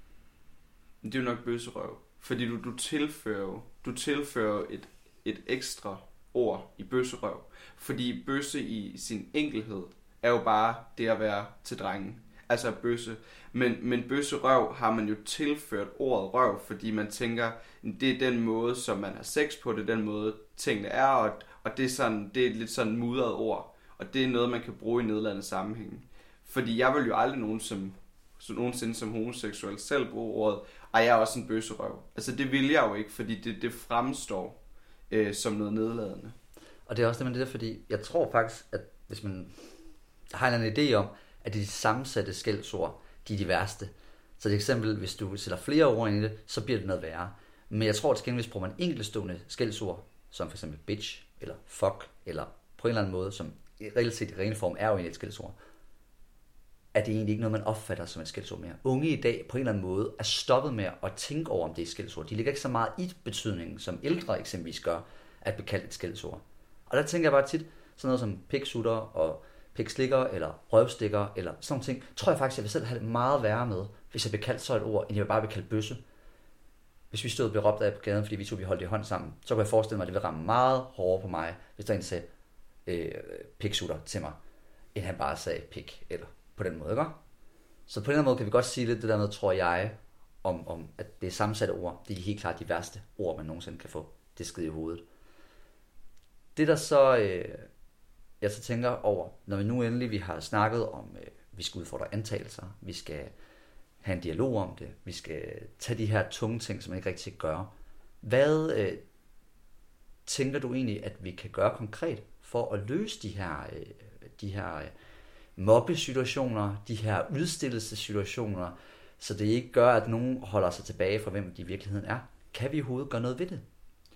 [SPEAKER 2] Det er jo nok bøsserøv. Fordi du tilfører et ekstra ord i bøsserøv. Fordi bøsse i sin enkelhed er jo bare det at være til drenge. Altså bøsse. Men bøsserøv har man jo tilført ordet røv, fordi man tænker, det er den måde, som man har sex på, det er den måde, tingene er, og det er et lidt sådan mudret ord. Og det er noget, man kan bruge i nedladende sammenhæng. Fordi jeg vil jo aldrig nogensinde som homoseksuel selv bruge ordet, og jeg er også en bøsserøv. Altså det vil jeg jo ikke, fordi det fremstår som noget nedladende.
[SPEAKER 1] Og det er også det med det der, fordi jeg tror faktisk, at hvis man har en idé om, at de sammensatte skældsord, de er de værste. Så det eksempel, hvis du sætter flere ord ind i det, så bliver det noget værre. Men jeg tror, at hvis bruger man enkeltstående skældsord, som for eksempel bitch, eller fuck, eller på en eller anden måde, som reelt set i ren form er jo egentlig et skældsord, at det egentlig ikke noget, man opfatter som et skældsord mere. Unge i dag på en eller anden måde er stoppet med at tænke over, om det er et skældsord. De ligger ikke så meget i betydningen, som ældre eksempelvis gør, at blive kaldt et skældsord. Og der tænker jeg bare tit, sådan noget som piksutter og pikslikker eller røvstikker eller sådan ting, tror jeg faktisk, jeg vil selv have det meget værre med, hvis jeg blev kaldt så et ord, end jeg bare blev kaldt bøsse. Hvis vi stod og blev råbt af på gaden, fordi vi holdt i hånd sammen, så kunne jeg forestille mig, at det ville ramme meget hårdere på mig, hvis der en sagde piksutter til mig, end han bare sagde pik, eller på den måde, ikke? Så på den måde kan vi godt sige lidt det der med, tror jeg, om at det er sammensatte ord, det er helt klart de værste ord, man nogensinde kan få det skide i hovedet. Det der så, jeg så tænker over, når vi nu endelig vi har snakket om, vi skal udfordre antagelser, vi skal have en dialog om det, vi skal tage de her tunge ting, som man ikke rigtig gør. Hvad tænker du egentlig, at vi kan gøre konkret for at løse de her mobbesituationer, de her udstillelsessituationer, så det ikke gør, at nogen holder sig tilbage fra, hvem de i virkeligheden er? Kan vi i hovedet gøre noget ved det?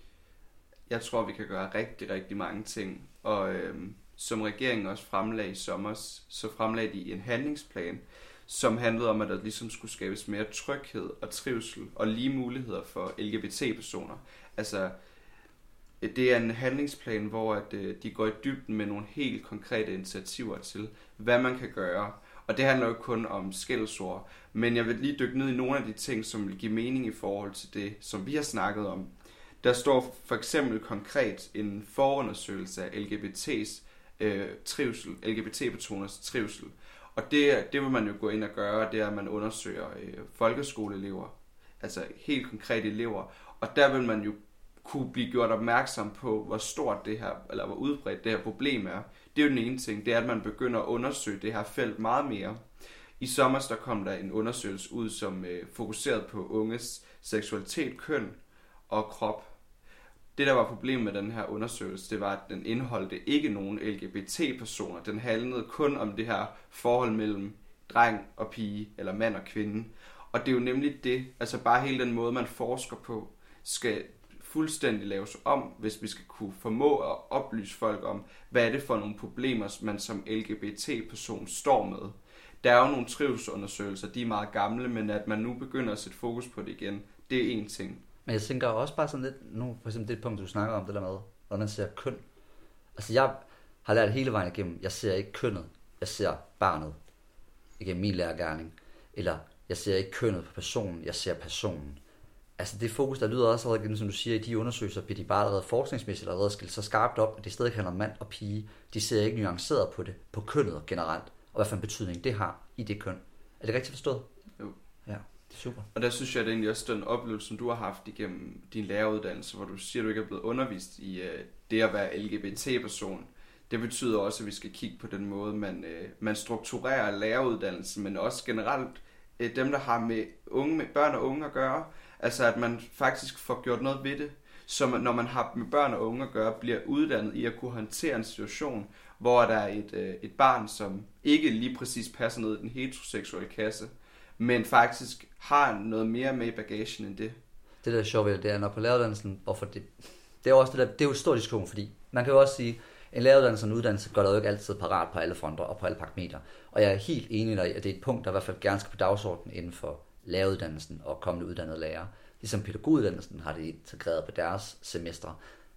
[SPEAKER 2] Jeg tror, vi kan gøre rigtig, rigtig mange ting. Og som regeringen også fremlagde i sommer, så fremlagde de en handlingsplan, som handlede om, at der ligesom skulle skabes mere tryghed og trivsel og lige muligheder for LGBT-personer. Altså, det er en handlingsplan, hvor at, de går i dybden med nogle helt konkrete initiativer til, hvad man kan gøre. Og det handler jo ikke kun om skældsord, men jeg vil lige dykke ned i nogle af de ting, som vil give mening i forhold til det, som vi har snakket om. Der står for eksempel konkret en forundersøgelse af LGBT's trivsel, LGBT-personers trivsel. Og det vil man jo gå ind og gøre, det er, at man undersøger folkeskoleelever, altså helt konkrete elever. Og der vil man jo kunne blive gjort opmærksom på, hvor stort det her, eller hvor udbredt det her problem er. Det er jo den ene ting, det er, at man begynder at undersøge det her felt meget mere. I sommer der kom der en undersøgelse ud, som fokuserede på unges seksualitet, køn og krop. Det, der var problemet med den her undersøgelse, det var, at den indeholdte ikke nogen LGBT-personer. Den handlede kun om det her forhold mellem dreng og pige, eller mand og kvinde. Og det er jo nemlig det, altså bare hele den måde, man forsker på, skal fuldstændig laves om, hvis vi skal kunne formå at oplyse folk om, hvad er det for nogle problemer, man som LGBT-person står med. Der er jo nogle trivselsundersøgelser, de er meget gamle, men at man nu begynder at sætte fokus på det igen, det er en ting.
[SPEAKER 1] Men jeg tænker også bare sådan lidt, nu for eksempel det punkt, du snakker om, det der med, hvordan man ser køn. Altså jeg har lært hele vejen igennem, jeg ser ikke kønnet, jeg ser barnet igennem min lærergerning. Eller jeg ser ikke kønnet på personen, jeg ser personen. Altså det fokus, der lyder også allerede, som du siger, i de undersøgelser, bliver de bare allerede forskningsmæssigt allerede skilt så skarpt op, at det stadig handler om mand og pige. De ser ikke nuanceret på det, på kønnet generelt, og hvad for en betydning det har i det køn. Er det rigtigt forstået?
[SPEAKER 2] Jo.
[SPEAKER 1] Ja, det er super.
[SPEAKER 2] Og der synes jeg, at det egentlig også er en oplevelse, som du har haft igennem din læreruddannelse, hvor du siger, at du ikke er blevet undervist i det at være LGBT-person. Det betyder også, at vi skal kigge på den måde, man strukturerer læreruddannelsen, men også generelt dem, der har med børn og unge at gøre. Altså at man faktisk får gjort noget ved det, så når man har med børn og unge at gøre, bliver uddannet i at kunne håndtere en situation, hvor der er et barn, som ikke lige præcis passer ned i den heteroseksuelle kasse, men faktisk har noget mere med i bagagen end det.
[SPEAKER 1] Det der er sjovt ved det er, når på læreruddannelsen, hvorfor det er også det der, det er jo en stor diskussion, fordi man kan jo også sige, en læreruddannelse og en uddannelse gør dig jo ikke altid parat på alle fronter og på alle parametre. Og jeg er helt enig i, at det er et punkt, der i hvert fald gerne skal på dagsordenen inden for læreruddannelsen og kommende uddannede lærere. Ligesom pædagoguddannelsen har det integreret på deres semestre.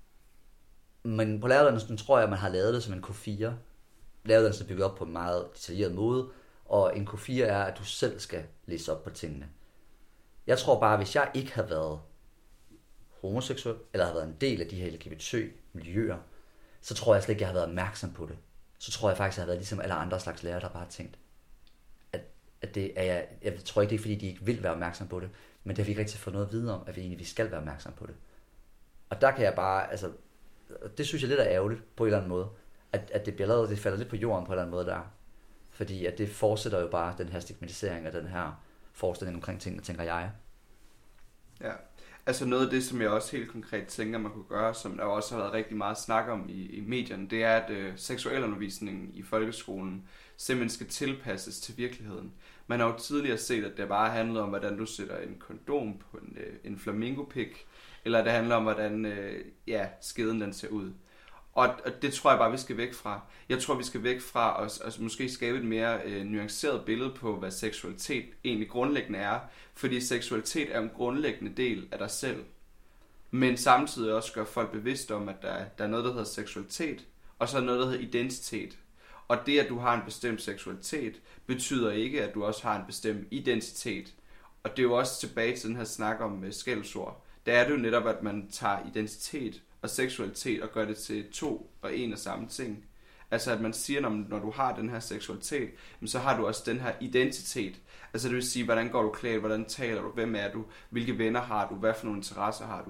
[SPEAKER 1] Men på læreruddannelsen tror jeg, at man har lavet det som en K4. Læreruddannelsen er bygget op på en meget detaljeret måde, og en K4 er, at du selv skal læse op på tingene. Jeg tror bare, at hvis jeg ikke havde været homoseksuel, eller havde været en del af de her LGBT-miljøer, så tror jeg slet ikke, jeg har været opmærksom på det. Så tror jeg faktisk, jeg har været ligesom alle andre slags lærere, der bare har tænkt, at det er jeg tror ikke, det er fordi, de ikke vil være opmærksom på det, men det har vi ikke rigtig fået noget at vide om, at vi skal være opmærksom på det. Og der kan jeg bare, altså, det synes jeg lidt er ærgerligt på en eller anden måde, at det bliver lavet, det falder lidt på jorden på en eller anden måde der. Fordi at det fortsætter jo bare den her stigmatisering af den her forestilling omkring tingene, tænker jeg.
[SPEAKER 2] Ja, altså noget af det, som jeg også helt konkret tænker, man kunne gøre, som der også har været rigtig meget snak om i medierne, det er, at seksualundervisningen i folkeskolen simpelthen skal tilpasses til virkeligheden. Man har jo tidligere set, at det bare handlede om, hvordan du sætter en kondom på en flamingopik, eller det handler om, hvordan skeden den ser ud. Og det tror jeg bare, vi skal væk fra. Jeg tror, vi skal væk fra at måske skabe et mere nuanceret billede på, hvad seksualitet egentlig grundlæggende er. Fordi seksualitet er en grundlæggende del af dig selv. Men samtidig også gør folk bevidst om, at der er noget, der hedder seksualitet, og så er noget, der hedder identitet. Og det, at du har en bestemt seksualitet, betyder ikke, at du også har en bestemt identitet. Og det er jo også tilbage til den her snak om skældsord. Der er det jo netop, at man tager identitet og seksualitet og gør det til to og en og samme ting. Altså at man siger, når du har den her seksualitet, så har du også den her identitet. Altså det vil sige, hvordan går du klædt, hvordan taler du, hvem er du, hvilke venner har du, hvad for nogle interesser har du.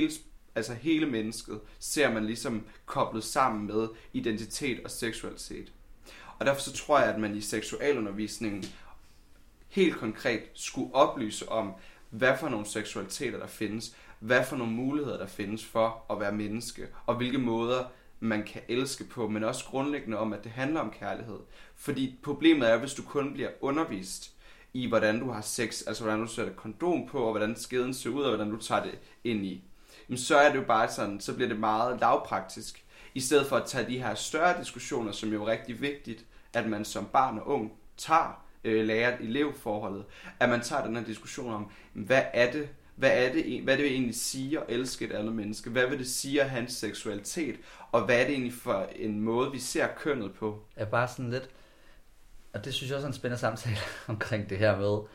[SPEAKER 2] Hele mennesket ser man ligesom koblet sammen med identitet og seksualitet. Og derfor så tror jeg, at man i seksualundervisningen helt konkret skulle oplyse om, hvad for nogle seksualiteter der findes, hvad for nogle muligheder der findes for at være menneske, og hvilke måder man kan elske på, men også grundlæggende om, at det handler om kærlighed. Fordi problemet er, hvis du kun bliver undervist i, hvordan du har sex, altså hvordan du sætter kondom på, og hvordan skeden ser ud, og hvordan du tager det ind i, så er det jo bare sådan, så bliver det meget lavpraktisk, i stedet for at tage de her større diskussioner, som jo er rigtig vigtigt, at man som barn og ung tager, lærer elevforholdet, at man tager den her diskussion om, hvad det egentlig sige at elske et andet menneske? Hvad vil det sige at have en seksualitet? Og hvad er det egentlig for en måde, vi ser kønnet på?
[SPEAKER 1] Er bare sådan lidt, og det synes jeg også er en spændende samtale omkring det her med,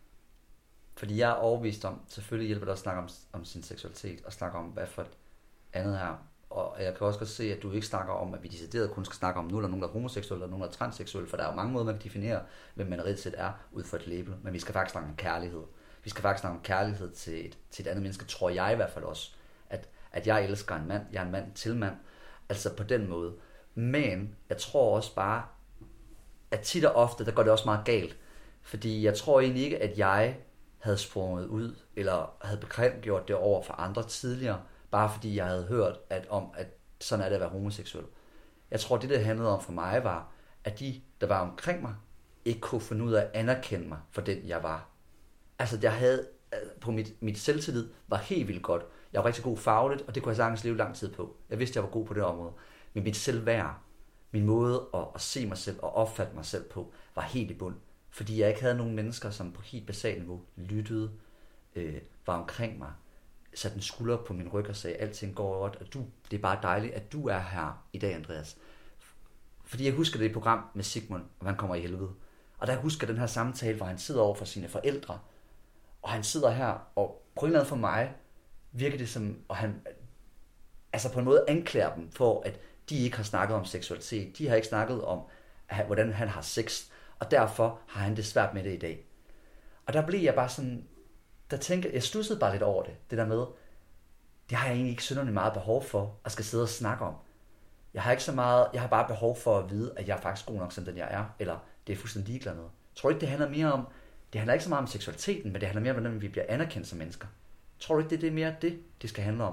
[SPEAKER 1] fordi jeg er overbevist om, selvfølgelig hjælper det at snakke om sin seksualitet, og snakke om, hvad for et andet her. Og jeg kan også godt se, at du ikke snakker om, at vi decideret kun skal snakke om, nu er der nogen, der er homoseksuelle, og nogen, der er transseksuelle, for der er jo mange måder, man kan definere, hvem man reelt set er, ud fra et label. Men vi skal faktisk snakke om kærlighed. Vi skal faktisk snakke om kærlighed til et andet menneske, tror jeg i hvert fald også. At jeg elsker en mand, jeg er en mand til mand. Altså på den måde. Men jeg tror også bare, at tit og ofte, der går det også meget galt. Fordi jeg tror egentlig ikke, at jeg havde sprunget ud, eller havde bekendtgjort det over for andre tidligere, bare fordi jeg havde hørt at sådan er det at være homoseksuel. Jeg tror, det handlede om for mig var, at de, der var omkring mig, ikke kunne finde ud af at anerkende mig for den, jeg var. Altså, jeg havde på mit selvtillid var helt vildt godt. Jeg var rigtig god fagligt, og det kunne jeg sagtens leve lang tid på. Jeg vidste, jeg var god på det område. Men mit selvværd, min måde at se mig selv og opfatte mig selv på, var helt i bund. Fordi jeg ikke havde nogen mennesker, som på helt basalt niveau lyttede, var omkring mig, satte en skulder på min ryg og sagde, alting går godt, og det er bare dejligt, at du er her i dag, Andreas. Fordi jeg husker det program med Sigmund, og han kommer i helvede. Og der husker den her samtale, hvor han sidder over for sine forældre, og han sidder her, og på en eller anden for mig, virker det som, og han altså på en måde anklager dem for, at de ikke har snakket om seksualitet. De har ikke snakket om, hvordan han har sex, og derfor har han det svært med det i dag. Og der blev jeg bare sådan, jeg studsede bare lidt over det der med, det har jeg egentlig ikke synderligt meget behov for, at skal sidde og snakke om. Jeg har bare behov for at vide, at jeg er faktisk god nok, som den jeg er, eller det er fuldstændig ligeglad med. Jeg tror ikke, det handler mere om, det handler ikke så meget om seksualiteten, men det handler mere om, hvordan vi bliver anerkendt som mennesker. Tror du ikke, det er mere det skal handle om?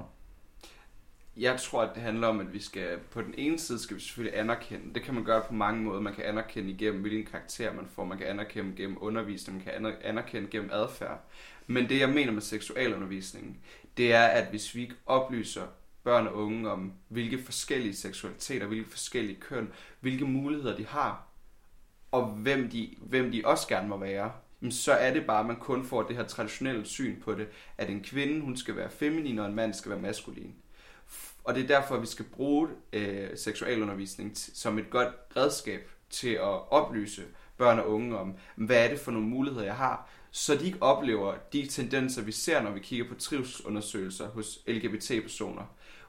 [SPEAKER 2] Jeg tror, at det handler om, at vi skal, på den ene side skal vi selvfølgelig anerkende. Det kan man gøre på mange måder. Man kan anerkende igennem, hvilken karakter man får. Man kan anerkende gennem undervisning. Man kan anerkende gennem adfærd. Men det, jeg mener med seksualundervisningen, det er, at hvis vi ikke oplyser børn og unge om, hvilke forskellige seksualiteter, hvilke forskellige køn, hvilke muligheder de har, og hvem de også gerne må være, så er det bare, at man kun får det her traditionelle syn på det, at en kvinde, hun skal være feminin, og en mand skal være maskulin. Og det er derfor, at vi skal bruge seksualundervisning som et godt redskab til at oplyse børn og unge om, hvad er det for nogle muligheder, jeg har, så de ikke oplever de tendenser, vi ser, når vi kigger på trivselsundersøgelser hos LGBT-personer,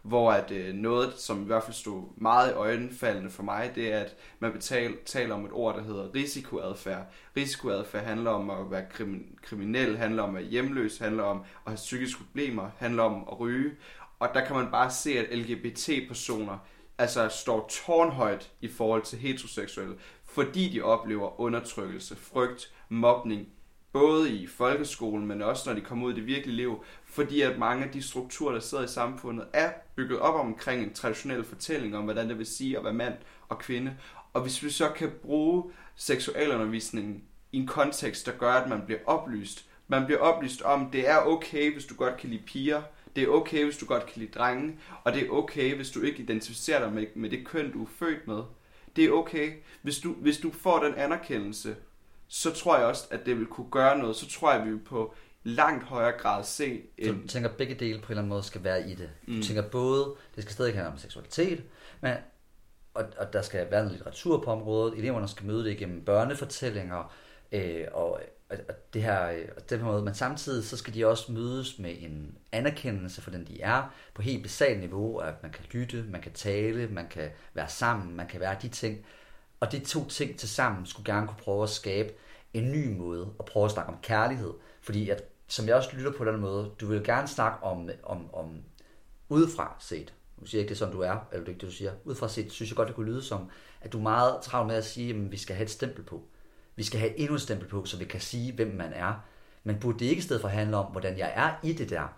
[SPEAKER 2] hvor at noget, som i hvert fald stod meget i øjenfaldende for mig, det er, at man taler om et ord, der hedder risikoadfærd. Risikoadfærd handler om at være kriminel, handler om at være hjemløs, handler om at have psykiske problemer, handler om at ryge. Og der kan man bare se, at LGBT-personer altså står tårnhøjt i forhold til heteroseksuelle, fordi de oplever undertrykkelse, frygt, mobning, både i folkeskolen, men også når de kommer ud i det virkelige liv, fordi at mange af de strukturer, der sidder i samfundet, er bygget op omkring en traditionel fortælling om, hvordan det vil sige at være mand og kvinde. Og hvis vi så kan bruge seksualundervisningen i en kontekst, der gør, at man bliver oplyst om, det er okay, hvis du godt kan lide piger, det er okay, hvis du godt kan lide drenge, og det er okay, hvis du ikke identificerer dig med det køn, du er født med. Det er okay. Hvis du får den anerkendelse, så tror jeg også, at det vil kunne gøre noget. Så tror jeg, at vi vil på langt højere grad se
[SPEAKER 1] Så du tænker, at begge dele på en eller anden måde skal være i det. Du tænker både, det skal stadig handle om seksualitet, men, og der skal være noget litteratur på området. Eleverne skal møde det igennem børnefortællinger, og det her, og den her måde, men samtidig så skal de også mødes med en anerkendelse for den de er, på helt basalt niveau, at man kan lytte, man kan tale, man kan være sammen, man kan være de ting. Og de to ting til sammen skulle gerne kunne prøve at skabe en ny måde at prøve at snakke om kærlighed. Fordi at, som jeg også lytter på den måde, du vil gerne snakke om udefra set. Nu siger jeg ikke, det er sådan, du er, eller det er ikke det, du siger. Udefra set synes jeg godt, det kunne lyde som, at du er meget travlt med at sige, at vi skal have et stempel på. Vi skal have endnu et stempel på, så vi kan sige, hvem man er. Men burde det ikke i stedet for handle om, hvordan jeg er i det der?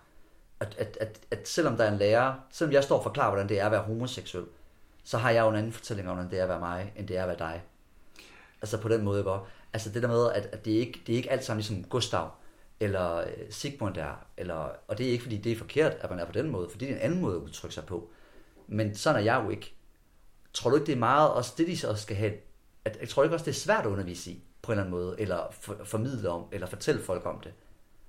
[SPEAKER 1] At selvom der er en lærer, selvom jeg står og forklarer, hvordan det er at være homoseksuel, så har jeg jo en anden fortælling om, hvordan det er at være mig, end det er at være dig. Altså på den måde, ikke? Altså det der med, at det er ikke alt sammen ligesom Gustav, eller Sigmund er, og det er ikke, fordi det er forkert, at man er på den måde, fordi det er en anden måde at udtrykke sig på. Men sådan er jeg jo ikke. Tror du ikke, det er meget også det, de så skal have, jeg tror ikke også, det er svært at undervise i, på en eller anden måde, eller formidle om, eller fortælle folk om det?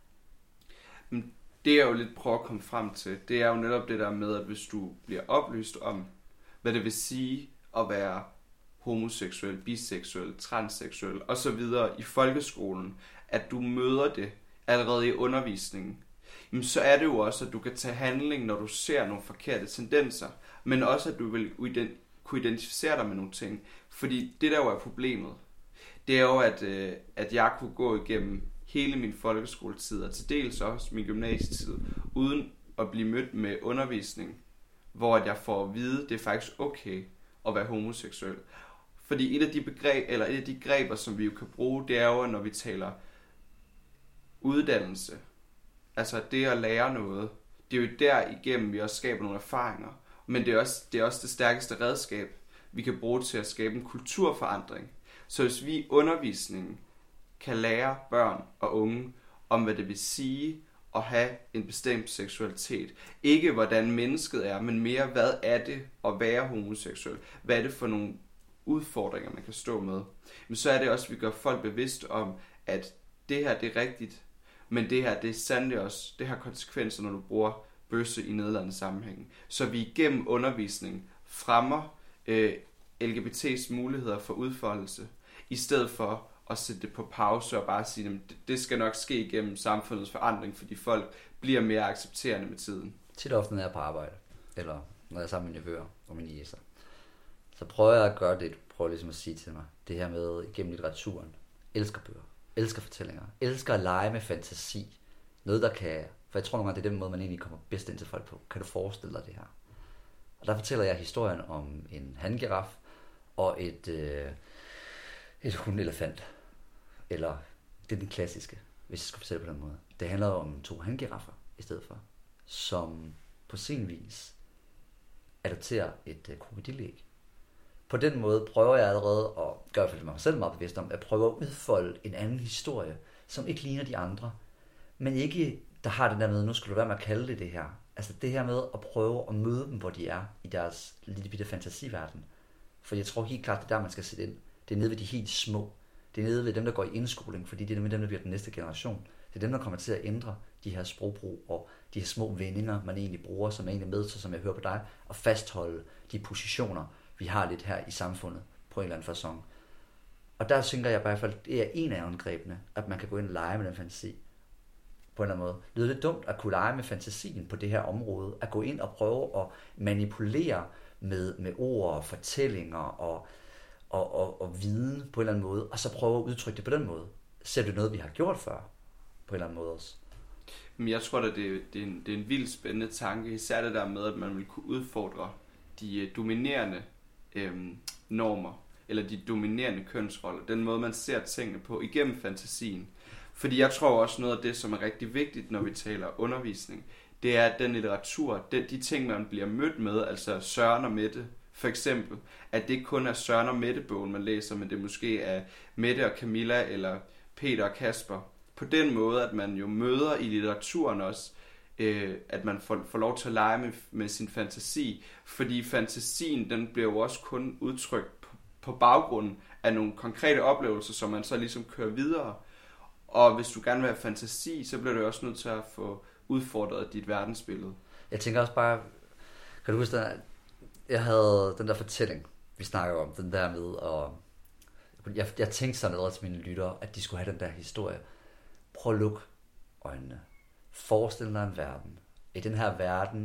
[SPEAKER 2] Men det jeg jo lidt prøver at komme frem til, det er jo netop det der med, at hvis du bliver oplyst om, hvad det vil sige at være homoseksuel, biseksuel, transseksuel osv. i folkeskolen, at du møder det allerede i undervisningen, jamen så er det jo også, at du kan tage handling, når du ser nogle forkerte tendenser, men også, at du vil kunne identificere dig med nogle ting. Fordi det der jo er problemet, det er jo, at jeg kunne gå igennem hele min folkeskoletid, og til dels også min gymnasietid, uden at blive mødt med undervisning, hvor jeg får at vide, det er faktisk okay at være homoseksuel. Fordi et af de greber, som vi jo kan bruge, det er jo, når vi taler uddannelse. Altså det at lære noget. Det er jo der igennem, vi også skaber nogle erfaringer. Men det er også det stærkeste redskab, vi kan bruge til at skabe en kulturforandring. Så hvis vi i undervisningen kan lære børn og unge om, hvad det vil sige at have en bestemt seksualitet. Ikke hvordan mennesket er, men mere hvad er det at være homoseksuel. Hvad er det for nogle udfordringer, man kan stå med. Men så er det også, at vi gør folk bevidst om, at det her det er rigtigt, men det her det er sandelig også, det har konsekvenser, når du bruger bøsse i nedladende sammenhæng. Så vi igennem undervisning fremmer LGBT's muligheder for udfoldelse, i stedet for at sætte det på pause og bare sige, at det skal nok ske igennem samfundets forandring, fordi folk bliver mere accepterende med tiden.
[SPEAKER 1] Tit ofte, når jeg er på arbejde, eller når jeg er sammen med mine nevøer og mine jæser, så prøver jeg at gøre det, du prøver ligesom at sige til mig, det her med igennem litteraturen. Elsker bøger, elsker fortællinger, elsker at lege med fantasi. Noget, der kan, for jeg tror nogle gange, det er den måde, man egentlig kommer bedst ind til folk på. Kan du forestille dig det her? Og der fortæller jeg historien om en hangiraf og et hundelefant. Eller det er den klassiske, hvis jeg skal fortælle på den måde. Det handler om 2 hangiraffer i stedet for, som på sin vis adopterer et krokodillæg. På den måde prøver jeg allerede at gøre for mig selv meget bevidst om, at prøve at udfolde en anden historie, som ikke ligner de andre. Men ikke, der har den der med, nu skal du være med at kalde det her. Altså det her med at prøve at møde dem, hvor de er i deres lille bitte fantasiverden. For jeg tror helt klart, det er der, man skal sætte ind. Det er nede ved de helt små. Det er nede ved dem, der går i indskoling, fordi det er dem, der bliver den næste generation. Det er dem, der kommer til at ændre de her sprogbrug og de her små vendinger, man egentlig bruger, som er egentlig med til, som jeg hører på dig, og fastholde de positioner, vi har lidt her i samfundet på en eller anden facon. Og der tænker jeg i hvert fald, det er en af angrebene, at man kan gå ind og lege med den fantasi. på en eller anden måde. Det lyder lidt dumt at kunne lege med fantasien på det her område, at gå ind og prøve at manipulere med ord og fortællinger og viden på en eller anden måde, og så prøve at udtrykke det på den måde. Ser du noget, vi har gjort før, på en eller anden måde også?
[SPEAKER 2] Men jeg tror at det er en vildt spændende tanke, især det der med, at man vil kunne udfordre de dominerende normer, eller de dominerende kønsroller, den måde, man ser tingene på igennem fantasien. Fordi jeg tror også noget af det, som er rigtig vigtigt, når vi taler undervisning, det er, at den litteratur, de ting, man bliver mødt med, altså Søren og Mette, for eksempel, at det ikke kun er Søren og Mette-bogen, man læser, men det måske er Mette og Camilla, eller Peter og Kasper. På den måde, at man jo møder i litteraturen også, at man får lov til at lege med sin fantasi, fordi fantasien, den bliver jo også kun udtrykt på baggrund af nogle konkrete oplevelser, som man så ligesom kører videre. Og hvis du gerne vil have fantasi, så bliver du også nødt til at få udfordret dit verdensbillede.
[SPEAKER 1] Jeg tænker også bare, kan du huske, jeg havde den der fortælling, vi snakker om, den der med, og jeg tænkte sådan allerede til mine lyttere, at de skulle have den der historie. Prøv at lukke øjnene. Forestil dig en verden. I den her verden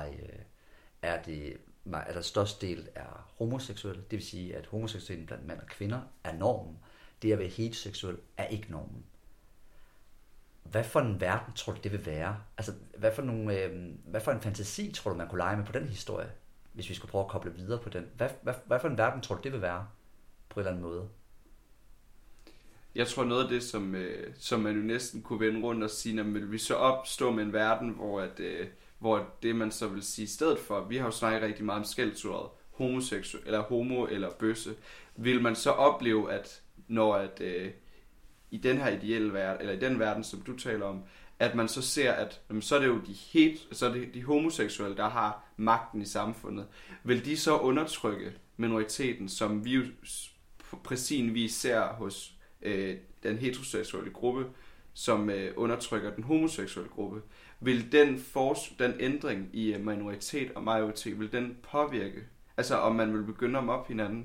[SPEAKER 1] er der størst del er homoseksuelle. Det vil sige, at homoseksuelle blandt mænd og kvinder er normen. Det at være heteroseksuel er ikke normen. Hvad for en verden tror du, det vil være? Altså, hvad for en fantasi tror du, man kunne lege med på den historie, hvis vi skulle prøve at koble videre på den? Hvad for en verden tror du, det vil være på en eller anden måde?
[SPEAKER 2] Jeg tror noget af det, som man jo næsten kunne vende rundt og sige, at vil vi så opstå med en verden, hvor det man så vil sige i stedet for, vi har jo snakket rigtig meget om skældsordet, homoseksuel eller homo eller bøsse, vil man så opleve, at når i den her ideelle verden, eller i den verden, som du taler om, at man så ser, at så er det jo de homoseksuelle, der har magten i samfundet. Vil de så undertrykke minoriteten, som vi jo præcis ser hos den heteroseksuelle gruppe, som undertrykker den homoseksuelle gruppe? Vil den ændring i minoritet og majoritet, vil den påvirke? Altså om man vil begynde at mobbe hinanden,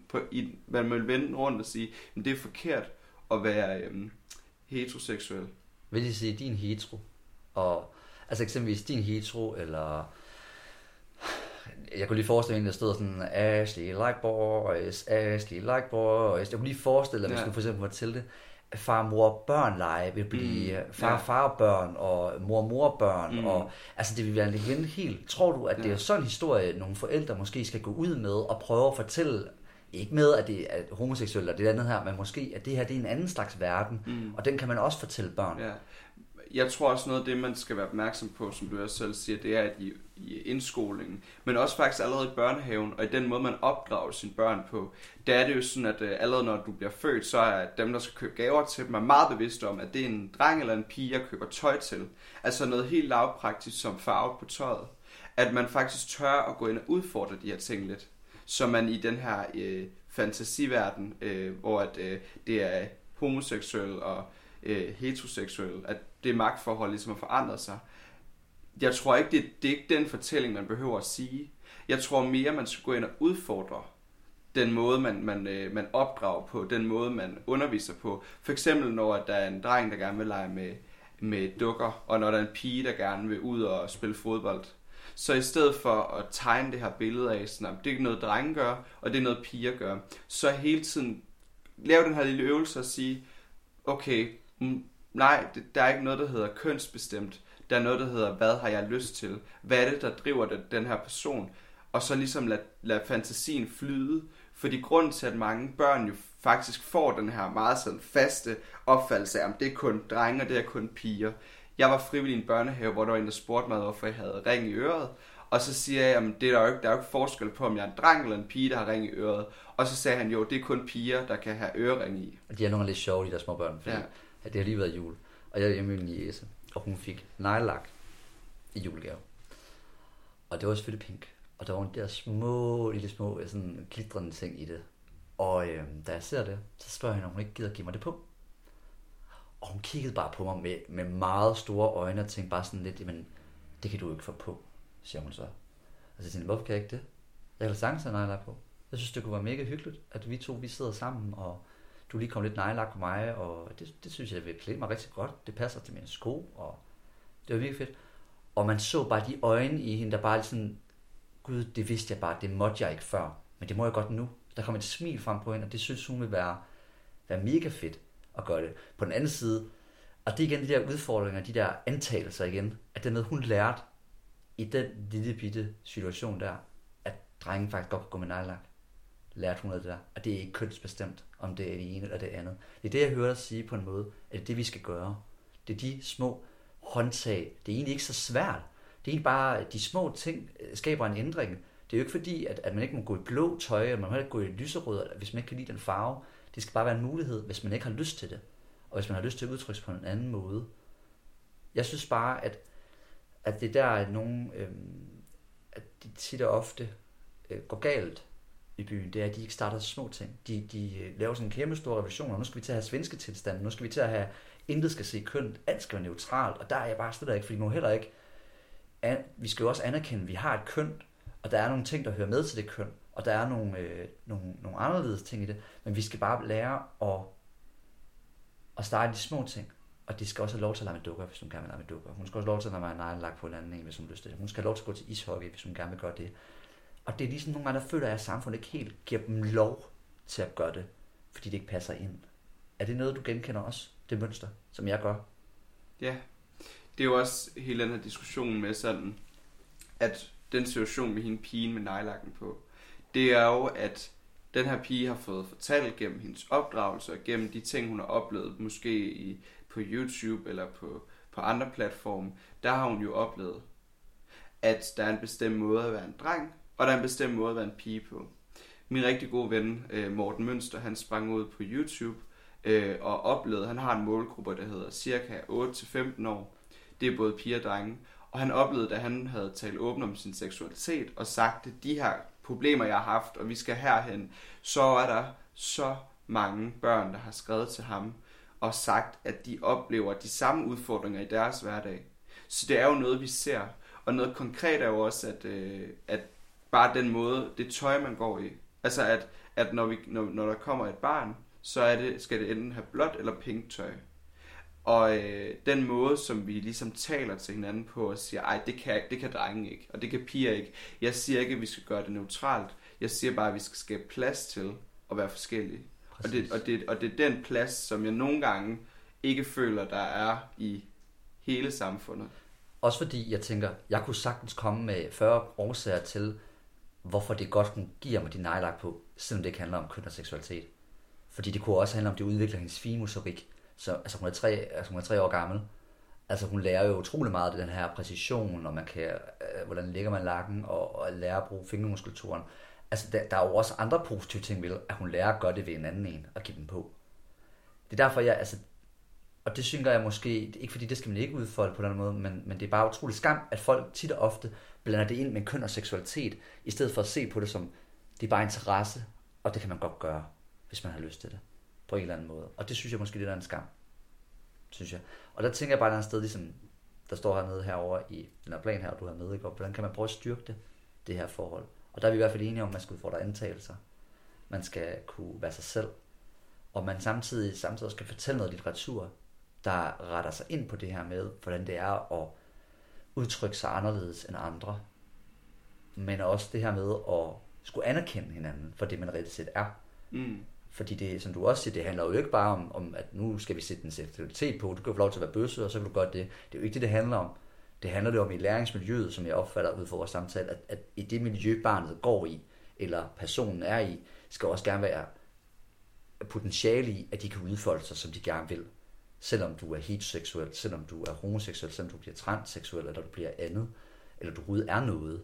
[SPEAKER 2] man vil vende rundt og sige, at det er forkert at være heteroseksuel.
[SPEAKER 1] Vil de sige, din hetero? Og, altså eksempelvis din hetero, eller jeg kunne lige forestille mig, der stod sådan, Ashley like boys, Ashley like boys. Jeg kunne lige forestille mig, hvis du for eksempel fortælle det, far, mor, børn lege vil blive far, børn og mor, børn. Og, altså det vil være en helt. Tror du, at det er sådan en historie, nogle forældre måske skal gå ud med og prøve at fortælle, ikke med, at det er homoseksuelt eller det andet her, men måske, at det her det er en anden slags verden, og den kan man også fortælle børn.
[SPEAKER 2] Ja. Jeg tror også noget af det, man skal være opmærksom på, som du også selv siger, det er, at i indskolingen, men også faktisk allerede i børnehaven, og i den måde, man opdrager sine børn på, der er det jo sådan, at allerede når du bliver født, så er dem, der skal købe gaver til dem, er meget bevidste om, at det er en dreng eller en pige, jeg køber tøj til. Altså noget helt lavpraktisk som farve på tøjet. At man faktisk tør at gå ind og udfordre de her ting lidt. Så man i den her fantasiverden, hvor det er homoseksuel og heteroseksuel, at det magtforhold ligesom har forandret sig. Jeg tror ikke, det er ikke den fortælling, man behøver at sige. Jeg tror mere, man skal gå ind og udfordre den måde, man opdrager på, den måde, man underviser på. For eksempel, når der er en dreng, der gerne vil lege med dukker, og når der er en pige, der gerne vil ud og spille fodbold. Så i stedet for at tegne det her billede af, sådan, at det er noget drenge gør, og det er noget piger gør, så hele tiden lave den her lille øvelse og sige, okay, nej, der er ikke noget, der hedder kønsbestemt. Der er noget, der hedder, hvad har jeg lyst til? Hvad er det, der driver den her person? Og så ligesom lad fantasien flyde. Fordi grunden til, at mange børn jo faktisk får den her meget sådan faste opfattelse af, om det er kun drenge, og det er kun piger. Jeg var frivillig i en børnehave, hvor der var en, der spurgte mig, hvorfor jeg havde ring i øret. Og så siger jeg, at der er jo ikke forskel på, om jeg er en dreng eller en pige, der har ring i øret. Og så sagde han, jo, det er kun piger, der kan have ørering i.
[SPEAKER 1] Og de er nogle lidt sjove, de der små børn, fordi det har lige været jul. Og jeg er hjemme med min jæse, og hun fik neglelak i julegave. Og det var selvfølgelig pink. Og der var en der lille små sådan glitrende ting i det. Og da jeg ser det, så spørger jeg hende, om hun ikke gider give mig det på. Og hun kiggede bare på mig med meget store øjne og tænkte bare sådan lidt, jamen, det kan du ikke få på, siger hun så. Og så siger jeg, hvorfor kan jeg ikke det? Jeg kan sagtens have neglelak på. Jeg synes, det kunne være mega hyggeligt, at vi sidder sammen, og du er lige kommet lidt nejlagt på mig, og det synes jeg vil klæde mig rigtig godt. Det passer til mine sko, og det var virkelig fedt. Og man så bare de øjne i hende, der bare sådan, gud, det vidste jeg bare, det måtte jeg ikke før, men det må jeg godt nu. Der kom et smil frem på hende, og det synes hun vil være mega fedt at gøre det. På den anden side, og det er igen de der udfordringer, de der antagelser igen, at det med, hun lærte i den lille bitte situation der, at drengen faktisk godt kan gå med nejlak. Lærte hun af det der, og det er ikke kønsbestemt, om det er det ene eller det andet. Det er det, jeg hører dig sige på en måde, at det er det, vi skal gøre. Det er de små håndtag. Det er egentlig ikke så svært. Det er egentlig bare, de små ting skaber en ændring. Det er jo ikke fordi, at man ikke må gå i blå tøj, eller man må ikke gå i lyserød, hvis man ikke kan lide den farve. Det skal bare være en mulighed, hvis man ikke har lyst til det. Og hvis man har lyst til at udtrykke sig på en anden måde. Jeg synes bare, at det der er nogen, at de tit og ofte går galt i byen, det er, at de ikke starter små ting. De laver sådan en kæmpe stor revision, og nu skal vi til at have svenske tilstanden, nu skal vi til at have, intet skal se kønt, alt skal være neutralt, og der er jeg bare slet ikke, fordi nu heller ikke, vi skal jo også anerkende, at vi har et køn, og der er nogle ting, der hører med til det køn, og der er nogle anderledes ting i det, men vi skal bare lære at starte de små ting, og de skal også have lov til at lege med dukker, hvis hun gerne vil lege med dukker. Hun skal også have lov til at lade nejlagt på en anden en, hvis hun har lyst til det. Hun skal have lov til at gå til ishockey, hvis hun gerne vil gøre det. Og det er ligesom nogle gange, der føler jeg, at samfundet ikke helt giver dem lov til at gøre det, fordi det ikke passer ind. Er det noget, du genkender også, det mønster, som jeg gør?
[SPEAKER 2] Ja, det er jo også hele den her diskussion med sådan, at den situation med hende pigen med nejlakken på, det er jo, at den her pige har fået fortalt gennem hendes opdragelse og gennem de ting, hun har oplevet, måske på YouTube eller på andre platforme, der har hun jo oplevet, at der er en bestemt måde at være en dreng, og der er en bestemt måde at være en pige på. Min rigtig gode ven, Morten Mønster, han sprang ud på YouTube og oplevede, han har en målgruppe, der hedder cirka 8-15 år. Det er både piger og drenge. Og han oplevede, da han havde talt åbent om sin seksualitet og sagt, at de her problemer, jeg har haft, og vi skal herhen, så er der så mange børn, der har skrevet til ham og sagt, at de oplever de samme udfordringer i deres hverdag. Så det er jo noget, vi ser. Og noget konkret er jo også, at bare den måde, det tøj, man går i. Altså, at når der kommer et barn, så skal det enten have blåt eller pink tøj. Og den måde, som vi ligesom taler til hinanden på og siger, ej, det kan drenge ikke, og det kan piger ikke. Jeg siger ikke, at vi skal gøre det neutralt. Jeg siger bare, at vi skal skabe plads til at være forskellige. Og det er den plads, som jeg nogle gange ikke føler, der er i hele samfundet.
[SPEAKER 1] Også fordi jeg tænker, jeg kunne sagtens komme med 40 årsager til, hvorfor det er godt, hun giver mig de nejlagt på, selvom det ikke handler om køn og seksualitet. Fordi det kunne også handle om, det udvikler hendes finmotorik. Så altså hun er 3 år gammel. Altså hun lærer jo utrolig meget af den her præcision, og man kan, hvordan lægger man lakken, og lære at bruge fingermuskulaturen. Altså der er jo også andre positive ting ved, at hun lærer at gøre det ved en anden en, og give dem på. Det er derfor og det synes jeg måske, ikke fordi det skal man ikke udfolde på den måde, men det er bare utrolig skam, at folk tit og ofte blander det ind med køn og seksualitet, i stedet for at se på det som, det er bare interesse, og det kan man godt gøre, hvis man har lyst til det, på en eller anden måde. Og det synes jeg måske lidt er en skam, synes jeg. Og der tænker jeg bare et sted, ligesom der står hernede herovre i den her plan her, du har med, ikke? Og hvordan kan man prøve at styrke det her forhold. Og der er vi i hvert fald enige om, at man skal udfordre antagelser. Man skal kunne være sig selv. Og man samtidig også skal fortælle noget litteratur, der retter sig ind på det her med, hvordan det er at udtrykke sig anderledes end andre. Men også det her med at skulle anerkende hinanden for det, man reelt set er.
[SPEAKER 2] Mm.
[SPEAKER 1] Fordi det, som du også siger, det handler jo ikke bare om at nu skal vi sætte en seksualitet på, du kan få lov til at være bøsse, og så kan du godt det. Det er jo ikke det handler om. Det handler det om i læringsmiljøet, som jeg opfatter ud fra vores samtale, at i det miljø, barnet går i, eller personen er i, skal også gerne være potentiale i, at de kan udfolde sig, som de gerne vil. Selvom du er heteroseksuel, selvom du er homoseksuel, selvom du bliver transseksuel, eller du bliver andet, eller du overhovedet er noget.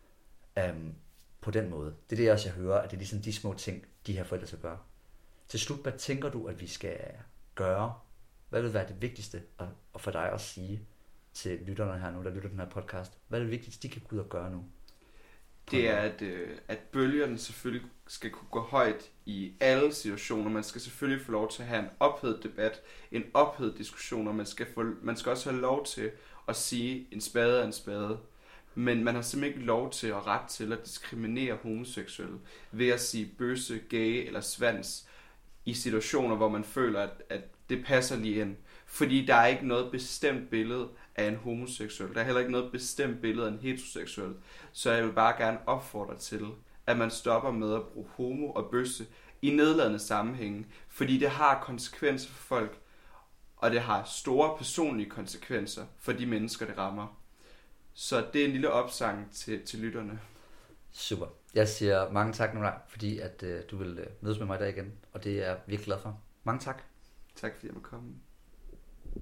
[SPEAKER 1] På den måde. Det er det også, jeg hører, at det er ligesom de små ting, de her forældre skal gøre. Til slut, hvad tænker du, at vi skal gøre? Hvad vil være det vigtigste at for dig at sige til lytterne her nu, der lytter den her podcast? Hvad er det vigtigste, de kan gå ud og gøre nu?
[SPEAKER 2] Det er, at bølgerne selvfølgelig skal kunne gå højt i alle situationer. Man skal selvfølgelig få lov til at have en ophedet debat, en ophedet diskussion, og man skal også have lov til at sige, en spade er en spade. Men man har simpelthen ikke lov til at ret til at diskriminere homoseksuelle ved at sige bøsse, gay eller svans i situationer, hvor man føler, at det passer lige ind. Fordi der er ikke noget bestemt billede af en homoseksuel. Der er heller ikke noget bestemt billede af en heteroseksuel. Så jeg vil bare gerne opfordre til, at man stopper med at bruge homo og bøsse i nedladende sammenhænge. Fordi det har konsekvenser for folk, og det har store personlige konsekvenser for de mennesker, det rammer. Så det er en lille opsang til lytterne.
[SPEAKER 1] Super. Jeg siger mange tak, Nikolaj, fordi at du vil mødes med mig i dag igen, og det er jeg virkelig glad for. Mange tak.
[SPEAKER 2] Tak fordi jeg måtte komme.